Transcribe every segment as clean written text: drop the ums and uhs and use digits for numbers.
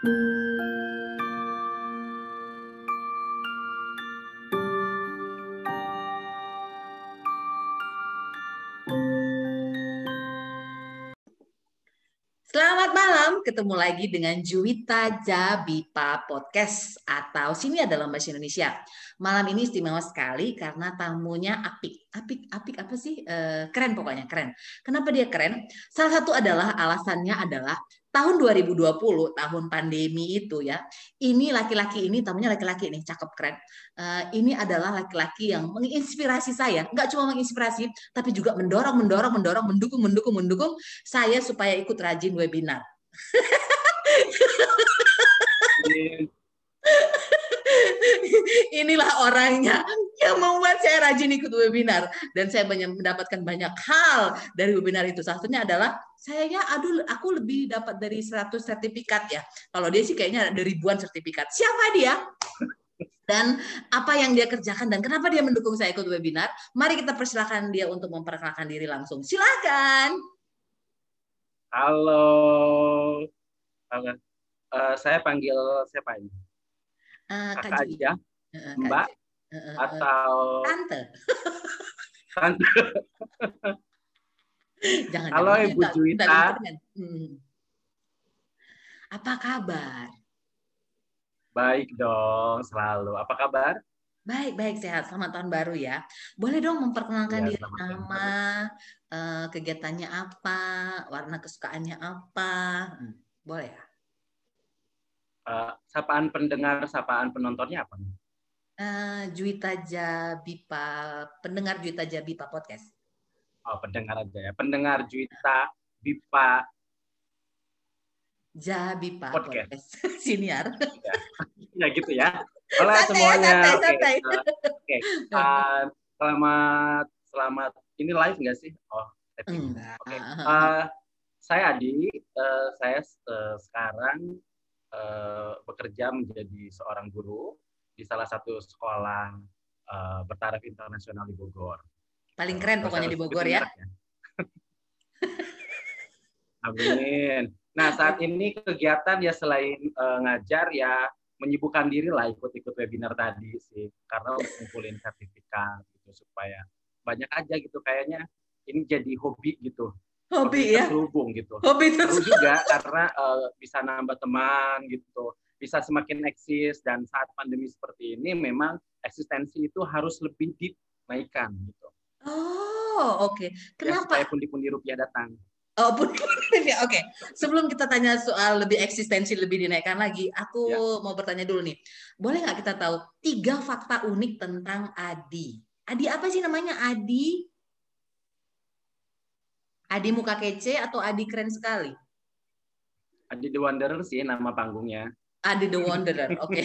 Selamat malam, ketemu lagi dengan Juwita Jabipa Podcast atau Sini Adalah Bahasa Indonesia. Malam ini istimewa sekali karena tamunya apik apa sih? Keren pokoknya, keren. Kenapa dia keren? Salah satu alasannya adalah tahun 2020, tahun pandemi itu ya. Ini laki-laki ini, tamunya laki-laki ini, cakep keren. Ini adalah laki-laki yang menginspirasi saya, nggak cuma menginspirasi, tapi juga mendukung saya supaya ikut rajin webinar. Inilah orangnya yang membuat saya rajin ikut webinar dan saya mendapatkan banyak hal dari webinar itu. Satunya adalah aku lebih dapat dari 100 sertifikat ya. Kalau dia sih kayaknya ada ribuan sertifikat. Siapa dia? Dan apa yang dia kerjakan dan kenapa dia mendukung saya ikut webinar? Mari kita persilakan dia untuk memperkenalkan diri langsung. Silakan. Halo. Saya panggil siapa ini? Kakak aja, Mbak, atau Tante. Tante. Jangan. Halo Ibu Juwita. Apa kabar? Baik dong, selalu. Apa kabar? Baik, sehat. Selamat tahun baru ya. Boleh dong memperkenalkan Ya, diri, nama, kegiatannya apa, warna kesukaannya apa? Boleh ya? Sapaan pendengar, sapaan penontonnya apa nih? Juwita Jabipa, pendengar Juwita Jabipa Podcast. Oh, pendengar aja ya. Pendengar Juwita Bipa Jabipa Podcast. Siniar. Ya gitu ya. Halo semuanya. Oke. Selamat. Ini live nggak sih? Oh, enggak. Oke. Saya Adi. Saya sekarang bekerja menjadi seorang guru di salah satu sekolah bertaraf internasional di Bogor. Paling keren pokoknya di Bogor ya. Amin. Nah, saat ini kegiatan ya selain ngajar ya menyibukkan diri lah ikut-ikut webinar tadi sih, karena ngumpulin sertifikat gitu supaya banyak aja gitu, kayaknya ini jadi hobi gitu. Hobi ya. Terselubung gitu. Hobi seru juga karena bisa nambah teman gitu, bisa semakin eksis, dan saat pandemi seperti ini memang eksistensi itu harus lebih dinaikkan gitu. Oh, oke. Kenapa? Ya, supaya pundi-pundi rupiah datang. Oh, oke. Sebelum kita tanya soal lebih eksistensi lebih dinaikkan lagi, aku mau bertanya dulu nih. Boleh nggak kita tahu 3 fakta unik tentang Adi? Adi apa sih namanya? Adi muka kece atau Adi keren sekali? Adi the Wanderer sih nama panggungnya. Adi the Wanderer, oke.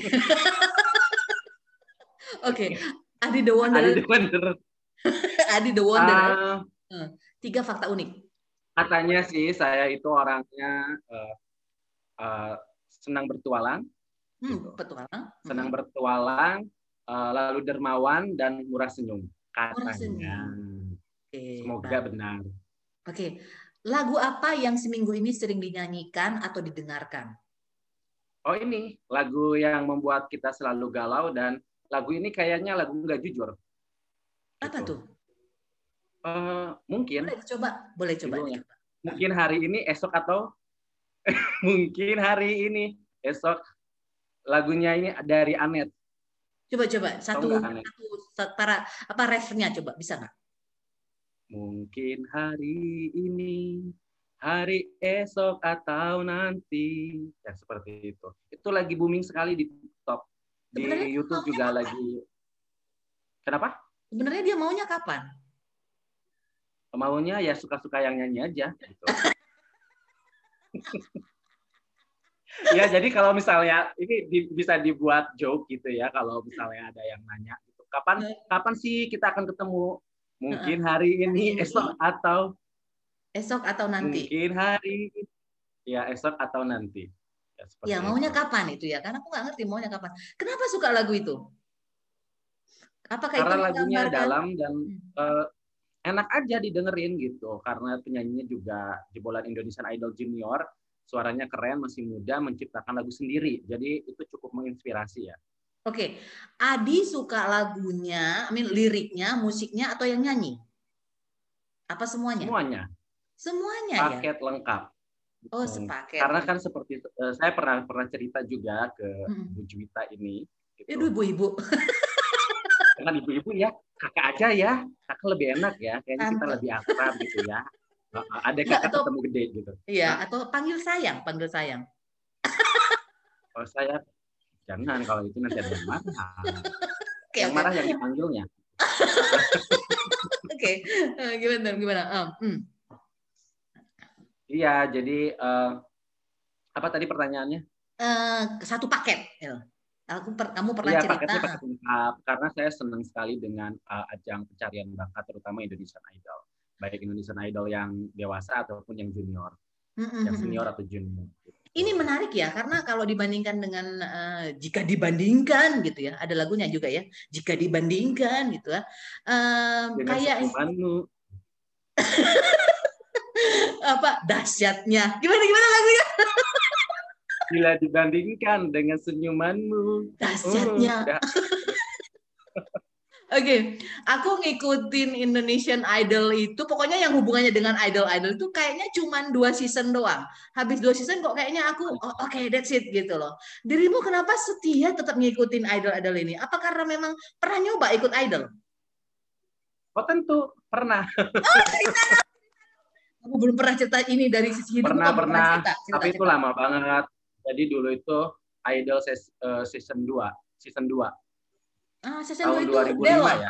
Oke, Adi the Wanderer. Adi the Wanderer. 3 fakta unik. Katanya sih saya itu orangnya senang bertualang. Petualang. Senang bertualang, lalu dermawan dan murah senyum. Katanya. Semoga benar. Oke. Lagu apa yang seminggu ini sering dinyanyikan atau didengarkan? Oh, ini lagu yang membuat kita selalu galau, dan lagu ini kayaknya lagu nggak jujur. Apa tuh? Mungkin. Boleh coba. Mungkin hari ini, esok, atau mungkin hari ini, esok. Lagunya ini dari Anet. Coba satu refnya coba, bisa nggak? Mungkin hari ini, hari esok, atau nanti, ya seperti itu. Itu lagi booming sekali di TikTok, di YouTube juga lagi. Kenapa? Sebenarnya dia maunya kapan? Maunya ya suka-suka yang nyanyi aja. Gitu. Ya, jadi kalau misalnya ini bisa dibuat joke gitu ya, kalau misalnya ada yang nanya gitu, kapan sih kita akan ketemu? Mungkin hari ini, esok atau nanti. Mungkin hari, ya esok atau nanti. Ya maunya kapan itu ya? Karena aku nggak ngerti maunya kapan. Kenapa suka lagu itu? Apakah karena itu lagunya dalam dan enak aja didengerin gitu. Karena penyanyinya juga jebolan Indonesian Idol Junior. suaranya keren, masih muda, menciptakan lagu sendiri. Jadi itu cukup menginspirasi ya. Oke, Adi suka lagunya, liriknya, musiknya, atau yang nyanyi? Apa semuanya? Semuanya, Semuanya ya. paket lengkap. Oh, sepaket. Karena kan seperti saya pernah cerita juga ke Mm-mm. Bu Juwita ini, Itu gitu. ibu-ibu. Dengan ibu-ibu ya, kakak aja ya, kakak lebih enak ya, kayaknya kita Tante. lebih akrab gitu ya. Ada kakak Atau ketemu gede gitu. iya, Nah, atau panggil sayang, panggil sayang. kalau saya jangan, kalau itu nanti ada yang marah. Oke, Yang oke. marah yang dipanggilnya. Oke. Gimana gimana? Iya, jadi apa tadi pertanyaannya? Satu paket. Ya. Kamu pernah Iya, cerita. paketnya paket lengkap. Karena saya senang sekali dengan ajang pencarian bakat, terutama Indonesian Idol. Baik Indonesian Idol yang dewasa ataupun yang junior. Yang senior atau junior. Gitu. Ini menarik ya, karena kalau dibandingkan dengan jika dibandingkan gitu ya, ada lagunya juga ya, jika dibandingkan gitu ya, Dengan kayak senyumanmu. apa dahsyatnya, gimana gimana lagunya? Bila dibandingkan dengan senyumanmu. Dahsyatnya. Udah. Oke, aku ngikutin Indonesian Idol itu, pokoknya yang hubungannya dengan idol-idol itu kayaknya cuma 2 season doang. Habis 2 season kok kayaknya aku, oh, oke, that's it gitu loh. Dirimu kenapa setia tetap ngikutin idol-idol ini? Apa karena memang pernah nyoba ikut idol? Oh tentu, pernah. Aku belum pernah cerita ini dari sisi hidupmu, Pernah, kok belum pernah pernah. cerita, cerita, Tapi itu cerita. lama banget. Jadi dulu itu Idol season 2. Season 2. Season 2 Tahun itu 2005 Dewa. ya.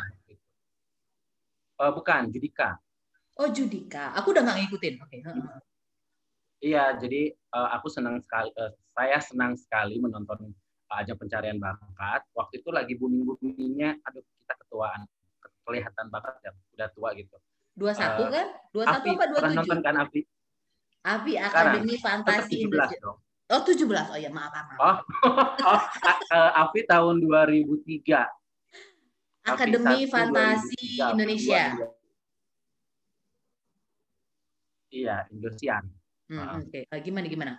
Bukan, Judika. Oh, Judika. Aku udah nggak ngikutin. Oke. Iya, jadi aku senang sekali, saya senang sekali menonton ajang pencarian bakat. Waktu itu lagi booming-boomingnya, aduh kita ketuaan, kelihatan bakat ya, udah tua gitu. 21 kan? 21 Afi, apa pernah 27? nonton kan Afi? Avi Sekarang, Akademi tetap Fantasi 17 Indonesia. dong. Oh, 17. Oh ya, maaf, maaf. Oh, oh Afi tahun 2003. Afi Akademi 1 Fantasi 2003, Afi 2 Indonesia. 2. Iya, Indosiar. Oke. Gimana gimana?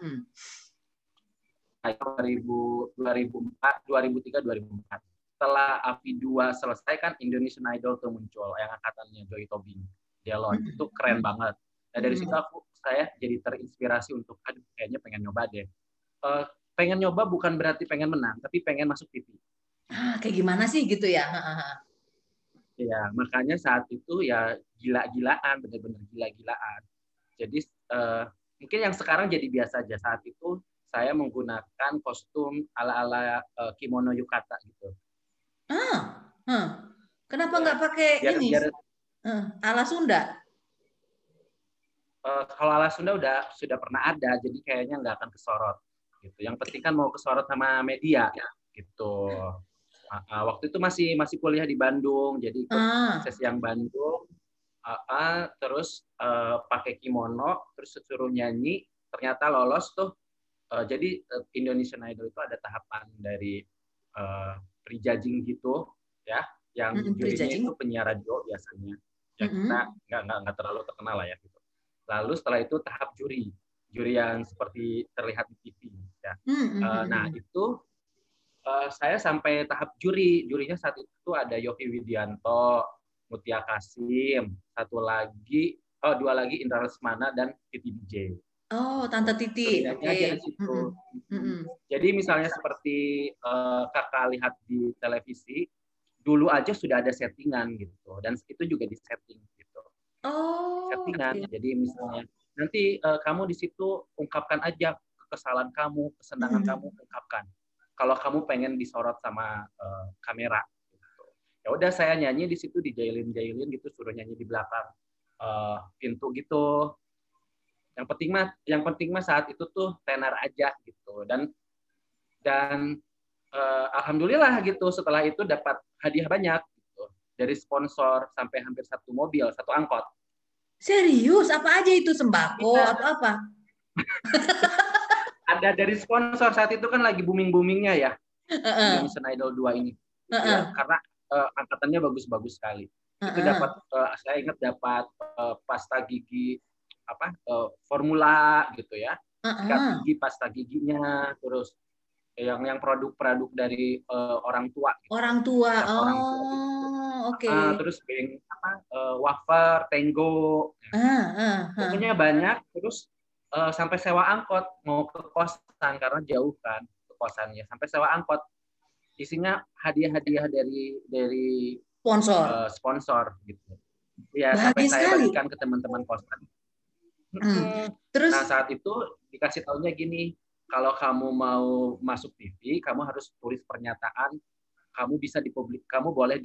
2004, 2003, 2004. Setelah Avi 2 selesai kan Indonesian Idol tuh muncul yang angkatannya Joy Tobing, Delon. Itu keren banget. Nah dari situ saya jadi terinspirasi untuk aduh kayaknya pengen nyoba deh. Pengen nyoba bukan berarti pengen menang, tapi pengen masuk TV. Kayak gimana sih gitu ya? Ya, makanya saat itu ya gila-gilaan, benar-benar gila-gilaan. Jadi mungkin yang sekarang jadi biasa aja. Saat itu saya menggunakan kostum ala-ala kimono yukata gitu. Kenapa Ya, nggak pakai ini? biar Ala Sunda? kalau ala Sunda sudah pernah ada, jadi kayaknya nggak akan kesorot. Gitu. Yang penting kan mau kesorot sama media, gitu. Waktu itu masih kuliah di Bandung, jadi ikut sesi yang Bandung. Terus pakai kimono, terus suruh nyanyi, ternyata lolos tuh. Jadi Indonesian Idol itu ada tahapan dari prejudging gitu, ya, yang jurinya itu penyiar radio biasanya. Ya kita nggak terlalu terkenal lah ya. Gitu. Lalu setelah itu tahap juri yang seperti terlihat di TV. Ya. Nah itu saya sampai tahap jurinya saat itu ada Yofi Widianto, Mutia Kasim, dua lagi Indra Lesmana dan Titi DJ. Oh, Tante Titi. Oke. Aja di situ. Jadi misalnya seperti kakak lihat di televisi, dulu aja sudah ada settingan gitu, dan itu juga di setting gitu. Settingan. Okay. Jadi misalnya nanti kamu di situ ungkapkan aja kekesalan kamu, kesenangan kamu ungkapkan. Kalau kamu pengen disorot sama kamera, gitu. Ya udah saya nyanyi di situ dijailin gitu, suruh nyanyi di belakang pintu gitu. Yang penting mah saat itu tuh tenar aja gitu. Dan alhamdulillah gitu setelah itu dapat hadiah banyak gitu. Dari sponsor sampai hampir 1 mobil, 1 angkot. Serius? Apa aja itu, sembako atau apa? Ada dari sponsor, saat itu kan lagi booming-boomingnya ya. Indonesian Idol 2 ini. Gitu ya, karena angkatannya bagus-bagus sekali. Itu dapat saya ingat dapat pasta gigi formula gitu ya. sikat Uh-uh. gigi, pasta giginya, terus yang produk-produk dari orang tua gitu. Orang tua. Resep orang tua gitu. Oh, oke. Okay. Terus wafer, Tango. Pokoknya banyak. Terus sampai sewa angkot mau ke kosan karena jauh kan ke kosannya. Sampai sewa angkot. Isinya hadiah-hadiah dari sponsor gitu. Ya, sampai Bahagia saya sekali. bagikan ke teman-teman kosan. Terus, nah, saat itu dikasih taunya gini, kalau kamu mau masuk TV, kamu harus tulis pernyataan, kamu bisa kamu boleh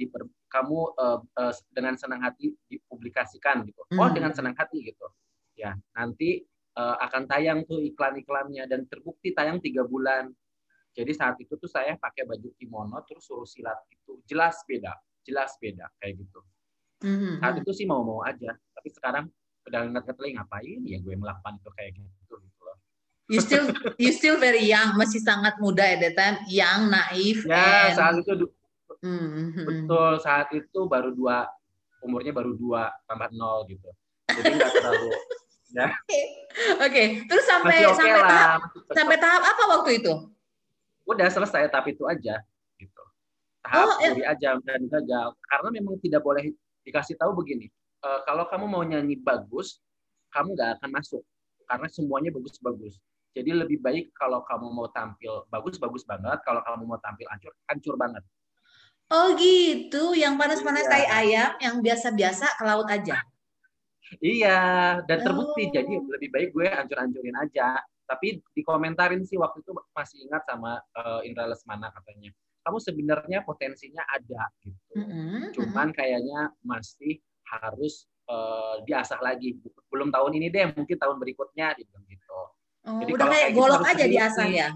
dengan senang hati dipublikasikan gitu. Oh, dengan senang hati gitu. Ya, nanti akan tayang tuh iklan-iklannya dan terbukti tayang 3 bulan. Jadi saat itu tuh saya pakai baju kimono terus suruh silat gitu. Jelas beda kayak gitu. Saat itu sih mau-mau aja, tapi sekarang udah ingat-ingat lagi ngapain ya gue melakukan itu kayak gitu loh. You still very young, masih sangat muda at that time, young, naif, ya, and saat itu betul, saat itu umurnya baru 2 tambah 0 gitu. Jadi nggak terlalu ya. Oke. Terus sampai tahap apa waktu itu? Udah selesai tahap itu aja gitu. Tahap juri aja dan gagal karena memang tidak boleh dikasih tahu begini. Kalau kamu mau nyanyi bagus, kamu nggak akan masuk karena semuanya bagus-bagus. Jadi lebih baik kalau kamu mau tampil bagus-bagus banget, kalau kamu mau tampil hancur banget. Oh gitu, yang panas-panas tai ayam, yang biasa-biasa ke laut aja. Iya, dan terbukti. Jadi lebih baik gue hancur-hancurin aja. Tapi dikomentarin sih waktu itu masih ingat sama Indra Lesmana katanya. Kamu sebenarnya potensinya ada gitu. Cuman kayaknya masih harus diasah lagi. Belum tahun ini deh, mungkin tahun berikutnya gitu. Jadi udah kayak golok gitu aja diasah ya.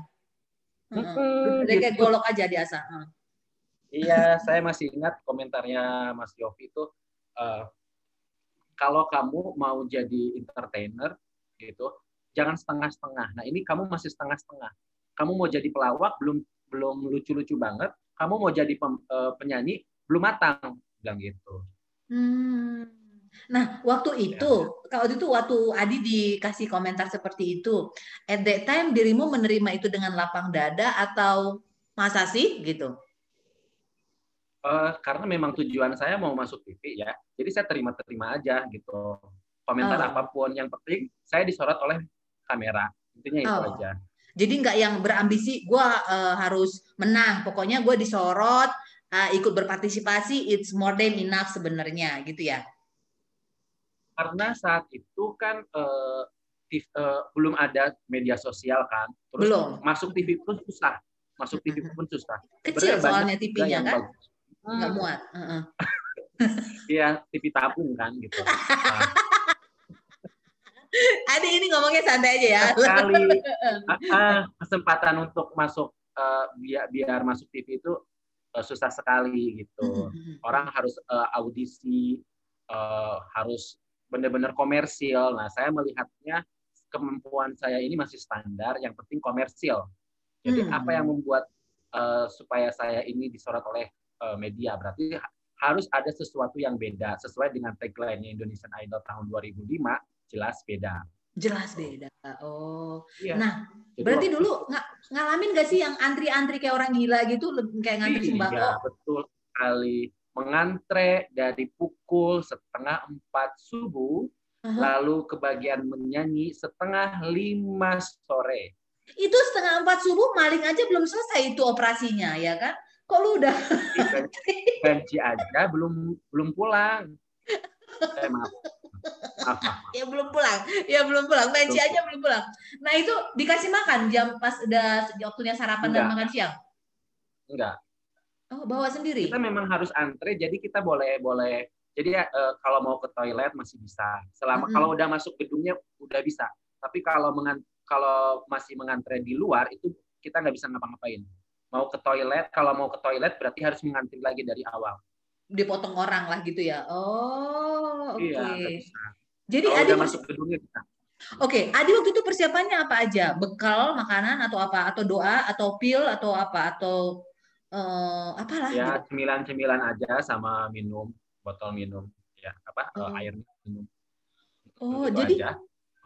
Udah kayak gitu. golok aja diasah. Iya, saya masih ingat komentarnya Mas Yofi itu kalau kamu mau jadi entertainer gitu, jangan setengah-setengah. Nah, ini kamu masih setengah-setengah. Kamu mau jadi pelawak belum lucu-lucu banget, kamu mau jadi penyanyi belum matang, bilang gitu. Nah, waktu itu waktu Adi dikasih komentar seperti itu, at that time dirimu menerima itu dengan lapang dada atau masa sih gitu? Karena memang tujuan saya mau masuk TV ya, jadi saya terima-terima aja gitu. Komentar apapun, yang penting saya disorot oleh kamera, intinya itu aja. Jadi nggak yang berambisi, gue harus menang, pokoknya gue disorot, ikut berpartisipasi, it's more than enough sebenarnya gitu ya? Karena saat itu kan belum ada media sosial kan, terus belum. Masuk TV pun susah, Kecil soalnya TV-nya kan, nggak muat. Iya, TV tabung kan gitu. Adi ini ngomongnya santai aja ya. Sekali kesempatan untuk masuk biar masuk TV itu susah sekali gitu. Orang harus audisi, harus benar-benar komersil. Nah, saya melihatnya kemampuan saya ini masih standar, yang penting komersil. Jadi apa yang membuat supaya saya ini disorot oleh media, berarti harus ada sesuatu yang beda sesuai dengan tagline Indonesian Idol tahun 2005, jelas beda. Jelas beda. Oh. Iya. Nah, berarti dulu ngalamin gak sih yang antri-antri kayak orang gila gitu, kayak ngantri sembako? Iya, betul sekali. Mengantre dari pukul 3:30 subuh, lalu kebagian menyanyi 4:30 sore. Itu 3:30 subuh maling aja belum selesai itu operasinya, ya kan? Kok lu udah gaji aja belum pulang. Maaf. Ya belum pulang. Gaji aja belum pulang. Nah, itu dikasih makan jam pas udah waktunya sarapan dan makan siang? Enggak. Oh, bawa sendiri? Kita memang harus antre, jadi kita boleh. Jadi kalau mau ke toilet masih bisa. Kalau udah masuk gedungnya udah bisa. Tapi kalau masih mengantre di luar itu kita nggak bisa ngapa-ngapain. Kalau mau ke toilet berarti harus mengantri lagi dari awal. Dipotong orang lah gitu ya. Oh, oke. Iya, nggak bisa. Jadi kalau Adi udah masuk gedungnya bisa. Oke, Adi waktu itu persiapannya apa aja? Bekal, makanan atau apa? Atau doa atau pil atau apa? Atau apalah ya gitu. cemilan aja sama minum, botol minum, ya air minum. Oh, itu jadi aja.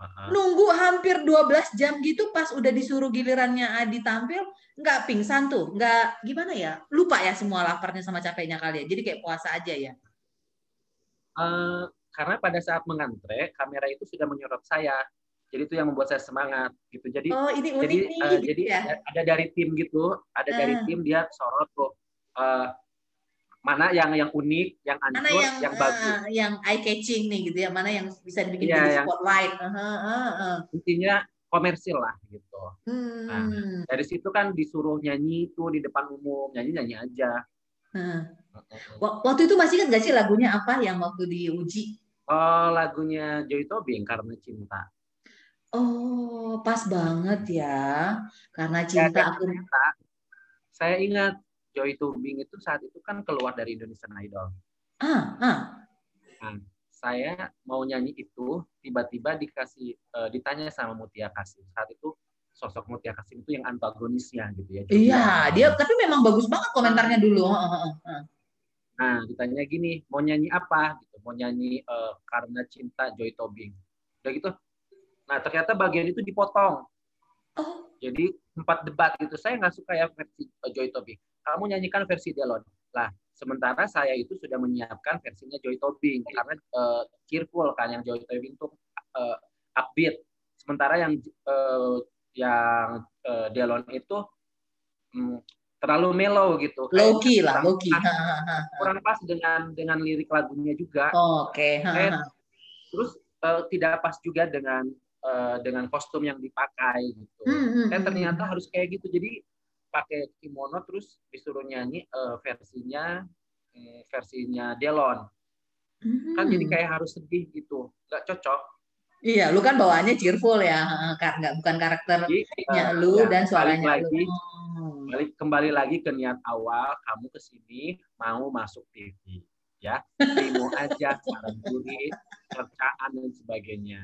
Nunggu hampir 12 jam gitu, pas udah disuruh gilirannya Adi tampil, nggak pingsan tuh, nggak gimana ya, lupa ya semua laparnya sama capeknya kali ya, jadi kayak puasa aja ya. Eh, karena pada saat mengantre kamera itu sudah menyorot saya, jadi itu yang membuat saya semangat gitu. Jadi Oh, ini unik jadi nih gitu jadi ya. ada dari tim gitu, ada dari Eh, tim dia sorot tuh eh, mana yang unik, yang Mana hancur, yang yang bagus. eye catching nih gitu ya, mana yang bisa dibikin Iya, jadi yang spotlight. intinya komersil lah gitu. Nah, Hmm. dari situ kan disuruh nyanyi itu di depan umum, nyanyi-nyanyi aja. Nah. Waktu itu masih ingat gak sih lagunya apa yang waktu diuji? Oh, lagunya Joy Tobing, Karena Cinta. Oh, pas banget ya. Karena Ya, cinta dan aku. ternyata saya ingat Joy Tobing itu saat itu kan keluar dari Indonesian Idol. Ah, ah. Nah, saya mau nyanyi itu tiba-tiba ditanya sama Mutia Kasim. Saat itu sosok Mutia Kasim itu yang antagonisnya gitu ya, Joy Iya, itu dia antagonis. tapi memang bagus banget komentarnya dulu. Nah, ditanya gini, mau nyanyi apa? Gitu. Mau nyanyi Karena Cinta Joy Tobing. Udah gitu. Nah, ternyata bagian itu dipotong. Oh, Jadi sempat debat gitu. Saya nggak suka ya versi Joy Tobing. Kamu nyanyikan versi Delon. Lah, sementara saya itu sudah menyiapkan versinya Joy Tobing karena cheerful kan yang Joy Tobing itu uh, upbeat. Sementara yang Delon itu hmm, terlalu mellow gitu. low Kayaknya key lah, kurang low key. pas kurang pas dengan lirik lagunya juga. Oke. Saya terus tidak pas juga dengan kostum yang dipakai gitu. Saya ternyata harus kayak gitu. Jadi pakai kimono terus disuruh nyanyi versinya Delon. Kan jadi Hmm. kayak harus sedih gitu. Nggak cocok. Iya, lu kan bawaannya cheerful ya, nggak bukan Jadi karakternya lu ya dan balik suaranya lu. lagi Oh. kembali lagi ke niat awal, kamu ke sini mau masuk TV ya. Terima aja saran juri, cercaan dan sebagainya.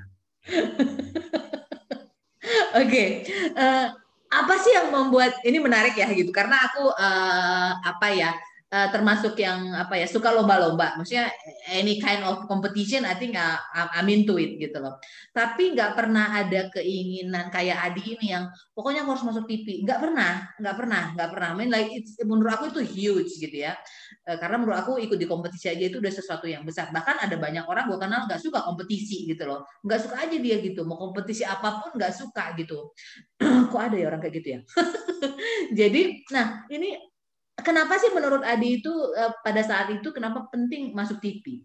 Oke, eh, apa sih yang membuat ini menarik ya gitu? Karena aku apa ya termasuk yang apa ya suka lomba-lomba. Maksudnya any kind of competition, I think I'm into it gitu loh. Tapi nggak pernah ada keinginan kayak Adi ini yang pokoknya aku harus masuk TV. Nggak pernah. I mean, like menurut aku itu huge gitu ya. Karena menurut aku ikut di kompetisi aja itu udah sesuatu yang besar. Bahkan ada banyak orang gue kenal nggak suka kompetisi gitu loh, nggak suka aja dia gitu, mau kompetisi apapun nggak suka gitu. Kok ada ya orang kayak gitu ya. Jadi nah ini kenapa sih menurut Adi itu pada saat itu kenapa penting masuk TV?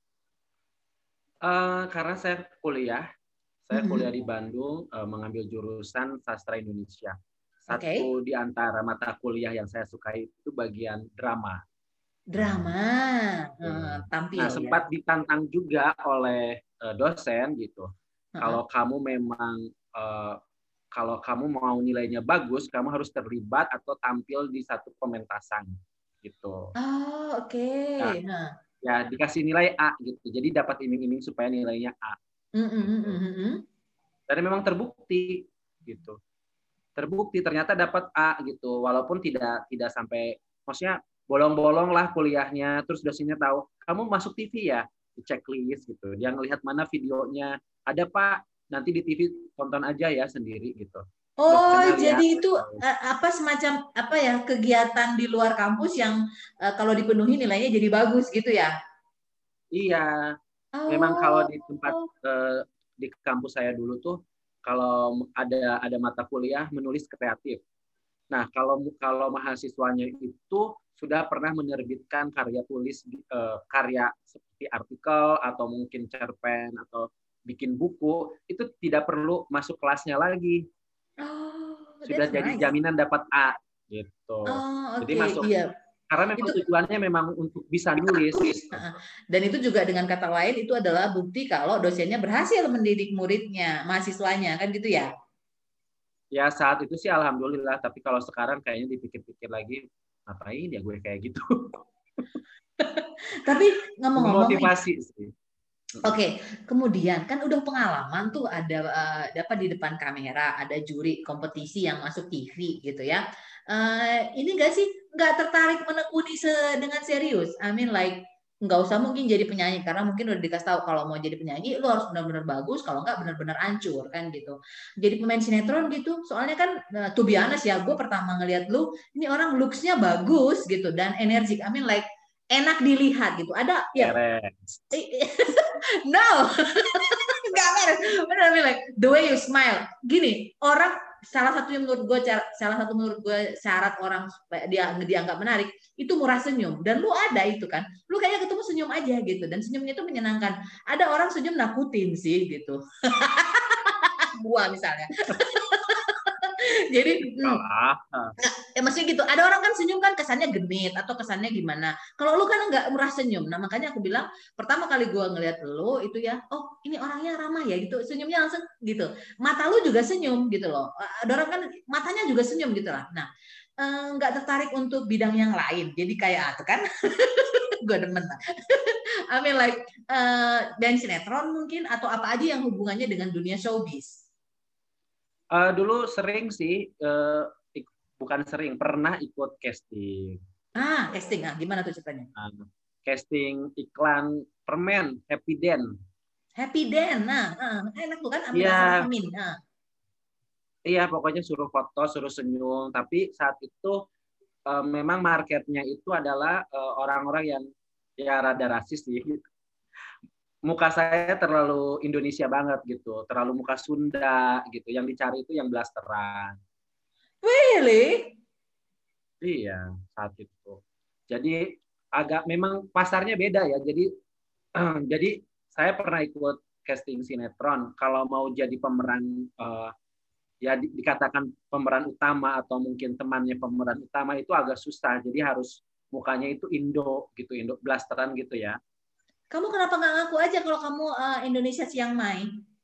Karena saya kuliah di Bandung, mengambil jurusan sastra Indonesia. Oke. Satu di antara mata kuliah yang saya sukai itu bagian drama. Nah, Drama. nah Tampil ya. sempat ditantang juga oleh dosen gitu. Heeh. Kalau kamu memang eh, kalau kamu mau nilainya bagus, kamu harus terlibat atau tampil di satu pementasan gitu. Oh, oke. Nah, Nah. ya dikasih nilai A gitu. Jadi dapat iming-iming supaya nilainya A gitu. Dan memang terbukti gitu. Terbukti ternyata dapat A gitu. Walaupun tidak tidak sampai maksudnya bolong-bolong lah kuliahnya. Terus dosennya tahu kamu masuk TV ya, di checklist gitu. Dia ngelihat mana videonya. Ada Pak, nanti di TV tonton aja ya sendiri gitu. Oh, Dosennya jadi lihat. itu apa semacam apa ya kegiatan di luar kampus yang kalau dipenuhi nilainya jadi bagus gitu ya? Iya, memang kalau Oh, di tempat di kampus saya dulu tuh kalau ada mata kuliah menulis kreatif. Nah, kalau kalau mahasiswanya itu sudah pernah menerbitkan karya tulis karya seperti artikel atau mungkin cerpen atau bikin buku, itu tidak perlu masuk kelasnya lagi. oh, Sudah that's jadi nice. jaminan dapat A gitu. Oh, Jadi oke, masuk iya. karena memang Itu tujuannya memang untuk bisa nulis gitu. dan itu juga dengan kata lain itu adalah bukti kalau dosennya berhasil mendidik muridnya, mahasiswanya kan gitu ya. Ya saat itu sih alhamdulillah, tapi kalau sekarang kayaknya dipikir-pikir lagi, ngapain ya gue kayak gitu. Tapi ngomong-ngomong nih, Memotivasi sih. oke, kemudian kan udah pengalaman tuh ada dapat di depan kamera, ada juri kompetisi yang masuk TV gitu ya. Ini enggak sih nggak tertarik menekuni dengan serius? I mean like nggak usah mungkin jadi penyanyi karena mungkin udah dikasih tahu kalau mau jadi penyanyi lu harus benar-benar bagus, kalau nggak benar-benar hancur kan gitu. Jadi pemain sinetron gitu, soalnya kan to be honest ya, gue pertama ngeliat lu ini orang looks-nya bagus gitu dan energik, I mean like enak dilihat gitu. Ada ya Beres. no nggak beres, benar like the way you smile gini orang. Salah satu menurut gue syarat orang supaya dia dianggap menarik itu murah senyum, dan lu ada itu kan, lu kayaknya ketemu senyum aja gitu dan senyumnya itu menyenangkan. Ada orang senyum nakutin sih gitu gua misalnya jadi Kalah. ya maksudnya gitu, ada orang kan senyum kan kesannya genit atau kesannya gimana, kalau lu kan nggak murah senyum. Nah makanya aku bilang pertama kali gua ngeliat lu itu ya, oh ini orangnya ramah ya gitu, senyumnya langsung gitu, mata lu juga senyum gitu loh. Ada orang kan matanya juga senyum gitu lah. Nah nggak tertarik untuk bidang yang lain, jadi kayak tuh kan gue demen lah. I mean like dan sinetron mungkin atau apa aja yang hubungannya dengan dunia showbiz. Dulu sering sih, bukan sering, pernah ikut casting. Casting gimana tuh ceritanya? Casting iklan permen Happy Den. Happy Den, nah enak tuh kan, Iya. Amin. Iya, pokoknya suruh foto, suruh senyum. Tapi saat itu memang marketnya itu adalah orang-orang yang ya rada rasis sih. Muka saya terlalu Indonesia banget gitu, terlalu muka Sunda gitu. Yang dicari itu yang blasteran. Really? Iya, saat itu. Jadi agak memang pasarnya beda ya. Jadi saya pernah ikut casting sinetron. Kalau mau jadi pemeran ya dikatakan pemeran utama atau mungkin temannya pemeran utama itu agak susah. Jadi harus mukanya itu Indo gitu, Indo blasteran gitu ya. Kamu kenapa nggak ngaku aja kalau kamu Indonesia Chiang Mai?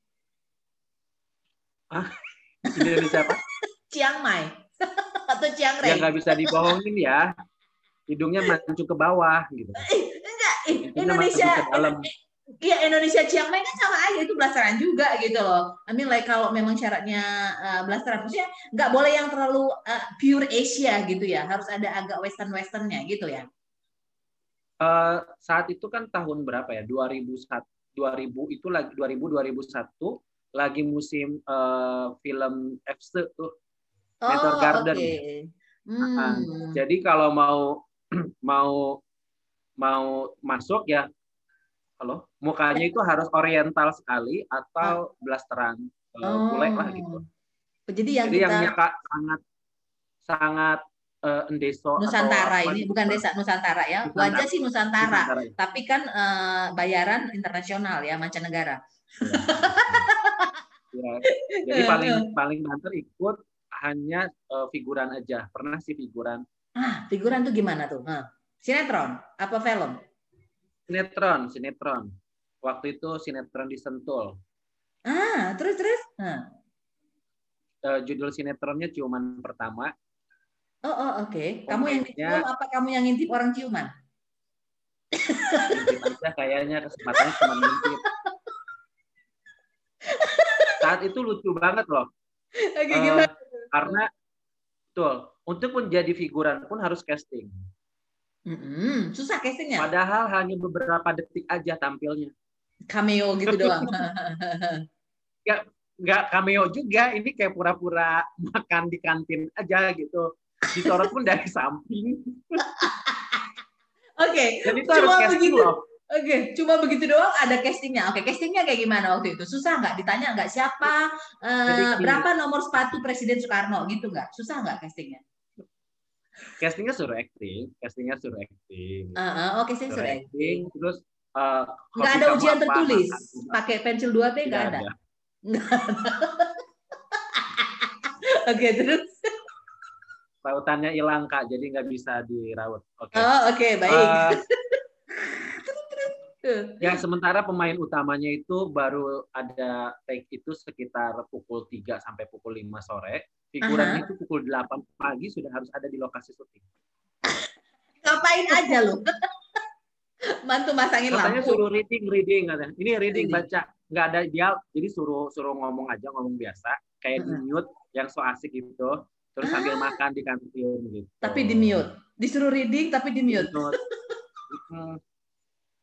Indonesia apa? Chiang Mai atau Chiang Rai? Ya nggak bisa dibohongin ya. Hidungnya maju ke bawah gitu. Enggak, Indonesia ke dalam. Iya, Indonesia Chiang Mai kan sama aja, itu blasteran juga gitu loh. I mean like kalau memang syaratnya blasteran, maksudnya nggak boleh yang terlalu pure Asia gitu ya, harus ada agak westernnya gitu ya. Saat itu kan tahun berapa ya? 2001, 2000 itu lagi 2001 lagi musim film FC tuh. Meteor Garden. Okay. Jadi kalau mau masuk ya, mukanya itu harus oriental sekali atau blasteran bule lah gitu. Jadi yang muka sangat endeso Nusantara atau ini bukan desa Nusantara ya. Nusantara. Wajah sih Nusantara. Tapi kan bayaran internasional ya, mancanegara. Ya. Jadi paling banter ikut hanya figuran aja. Pernah sih figuran. Figuran tuh gimana tuh? Sinetron apa film? Sinetron. Waktu itu sinetron di Sentul. Terus? Judul sinetronnya Ciuman Pertama. Oke. Kamu yang dicium apa kamu yang ngintip orang ciuman? Ngintip aja kayaknya, kesempatannya cuma ngintip. Saat itu lucu banget loh. Gimana? Karena betul, untuk menjadi figuran pun harus casting. Susah castingnya. Padahal hanya beberapa detik aja tampilnya. Cameo gitu doang. Nggak cameo juga, ini kayak pura-pura makan di kantin aja gitu. Disorot pun dari samping. Oke. Dan itu harus casting loh. Oke, cuma begitu doang ada castingnya. Oke, castingnya kayak gimana waktu itu? Susah nggak? Ditanya nggak siapa, berapa nomor sepatu Presiden Soekarno gitu nggak? Susah nggak castingnya? Castingnya suruh acting. Castingnya suruh suruh acting. Terus nggak ada ujian tertulis. Pakai pensil 2T nggak ada. Oke, terus? Rautannya hilang Kak, jadi nggak bisa diraut. Oke, baik. Ya, sementara pemain utamanya itu baru ada take itu sekitar pukul 3 sampai pukul 5 sore. Figuran itu pukul 8 pagi sudah harus ada di lokasi syuting. Ngapain aja lu? Mantu masangin lampu. Katanya suruh reading katanya. Ini reading baca, nggak ada dialog, jadi suruh ngomong aja, ngomong biasa, kayak di mute yang so asik gitu. Terus sambil makan di kantin gitu. Tapi di mute. Disuruh reading tapi di mute.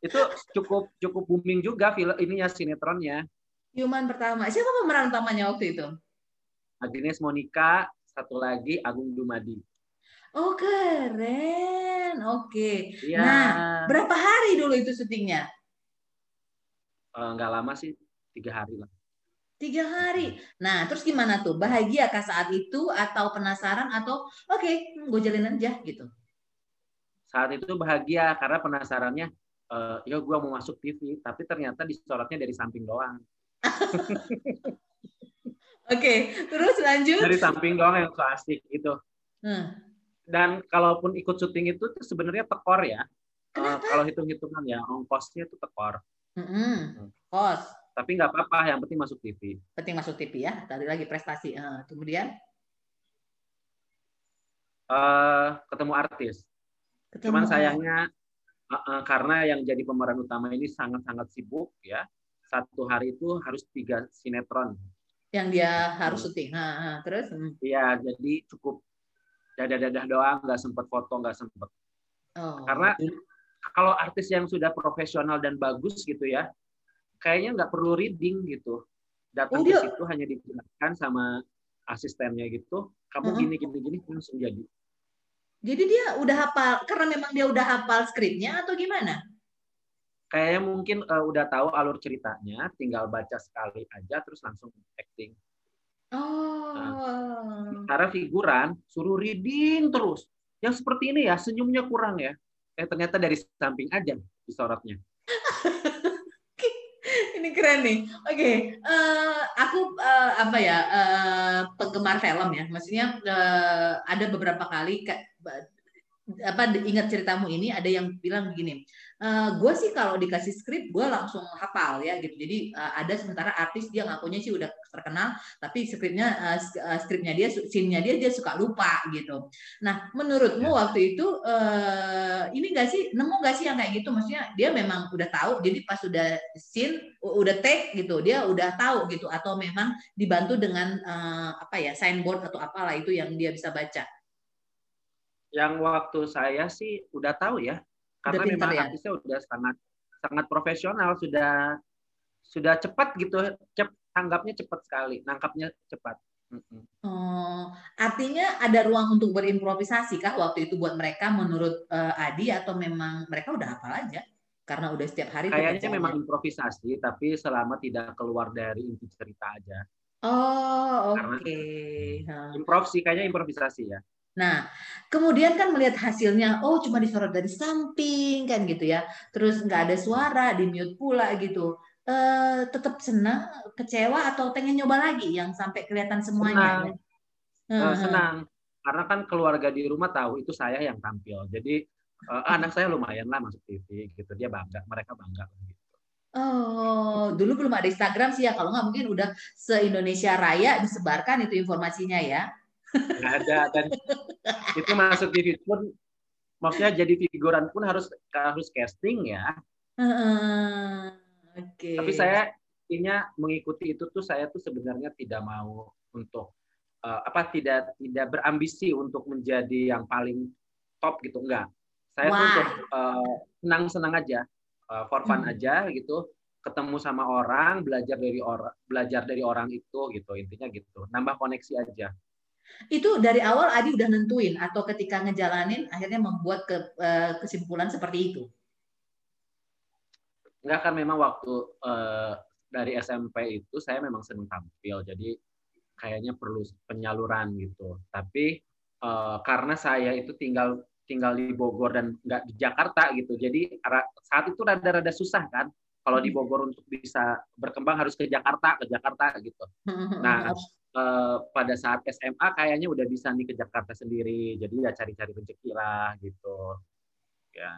Itu cukup cukup booming juga film ininya, sinetronnya. Ciuman pertama. Siapa pemeran utamanya waktu itu? Agnes Monica, satu lagi Agung Dumadi. Oh, keren. Oke. Iya, Nah, berapa hari dulu itu syutingnya? nggak lama sih, 3 hari lah. 3 hari. Nah, terus gimana tuh? Bahagia kah saat itu atau penasaran atau oke, gue jalin aja gitu? Saat itu bahagia karena penasarannya, ya gue mau masuk TV, tapi ternyata disorotnya dari samping doang. Oke, terus lanjut. Dari samping doang yang so asik gitu. Hmm. Dan kalaupun ikut syuting itu tuh sebenarnya tekor ya. Kenapa? Kalau hitung-hitungan ya, ongkosnya itu tekor. Kos. Tapi nggak apa-apa, yang penting masuk TV. Penting masuk TV ya. Tadi lagi prestasi. Kemudian Ketemu artis. ketemu Cuman sayangnya karena yang jadi pemeran utama ini sangat-sangat sibuk ya. Satu hari itu harus 3 sinetron. yang dia harus syuting. Terus? Iya, jadi cukup dadah-dadah doang, nggak sempet foto, nggak sempet. Oh. Karena kalau artis yang sudah profesional dan bagus gitu ya, kayaknya nggak perlu reading gitu. Datang ke situ hanya dijelaskan sama asistennya gitu, kamu gini langsung jadi. Jadi dia udah hafal, karena memang dia udah hafal skripnya atau gimana? Kayaknya mungkin udah tahu alur ceritanya, tinggal baca sekali aja terus langsung acting. Oh. Karena figuran suruh reading terus. Yang seperti ini ya, senyumnya kurang ya. Ternyata dari samping aja disorotnya. Ini keren nih. Oke, aku penggemar film ya. Maksudnya ada beberapa kali ingat ceritamu ini ada yang bilang begini, gue sih kalau dikasih skrip gue langsung hafal ya gitu. Jadi ada sementara artis dia ngakunya sih udah terkenal tapi skripnya dia scene-nya dia suka lupa gitu. Nah menurutmu waktu itu ini nggak sih, nemu nggak sih yang kayak gitu? Maksudnya dia memang udah tahu jadi pas udah scene udah take gitu dia udah tahu gitu, atau memang dibantu dengan signboard atau apalah itu yang dia bisa baca? Yang waktu saya sih udah tahu ya, karena memang ya? artisnya udah sangat profesional, sudah cepat gitu, tanggapnya cepat sekali, nangkapnya cepat. Oh, artinya ada ruang untuk berimprovisasi kah waktu itu buat mereka menurut Adi, atau memang mereka udah hafal aja karena udah setiap hari tuh Kayaknya kerjanya? memang improvisasi, tapi selama tidak keluar dari inti cerita aja. Oh, Karena oke. kayaknya improvisasi ya. Nah, kemudian kan melihat hasilnya, oh cuma disorot dari samping kan gitu ya, terus nggak ada suara, di mute pula gitu. Tetap senang, kecewa, atau pengen nyoba lagi yang sampai kelihatan semuanya? Senang, senang. Karena kan keluarga di rumah tahu itu saya yang tampil. Jadi anak saya lumayan lah masuk TV gitu, dia bangga, mereka bangga gitu. Oh, dulu belum ada Instagram sih ya. Kalau nggak mungkin udah se-Indonesia Raya disebarkan itu informasinya ya. Nggak ada, dan itu masuk TV pun, maksudnya jadi figuran pun harus casting ya. Oke. Tapi saya intinya mengikuti itu tuh, saya tuh sebenarnya tidak mau untuk tidak berambisi untuk menjadi yang paling top gitu, enggak. Saya tuh untuk senang-senang aja, for fun aja gitu, ketemu sama orang, belajar dari orang itu gitu, intinya gitu, nambah koneksi aja. Itu dari awal Adi udah nentuin atau ketika ngejalanin akhirnya membuat kesimpulan seperti itu? Enggak, kan memang waktu dari SMP itu saya memang senang tampil, jadi kayaknya perlu penyaluran gitu. Tapi karena saya itu tinggal di Bogor dan nggak di Jakarta gitu, jadi saat itu rada-rada susah kan. Kalau di Bogor untuk bisa berkembang harus ke Jakarta gitu. Nah, pada saat SMA kayaknya udah bisa nih ke Jakarta sendiri, jadi ya cari-cari rezeki lah gitu. Ya,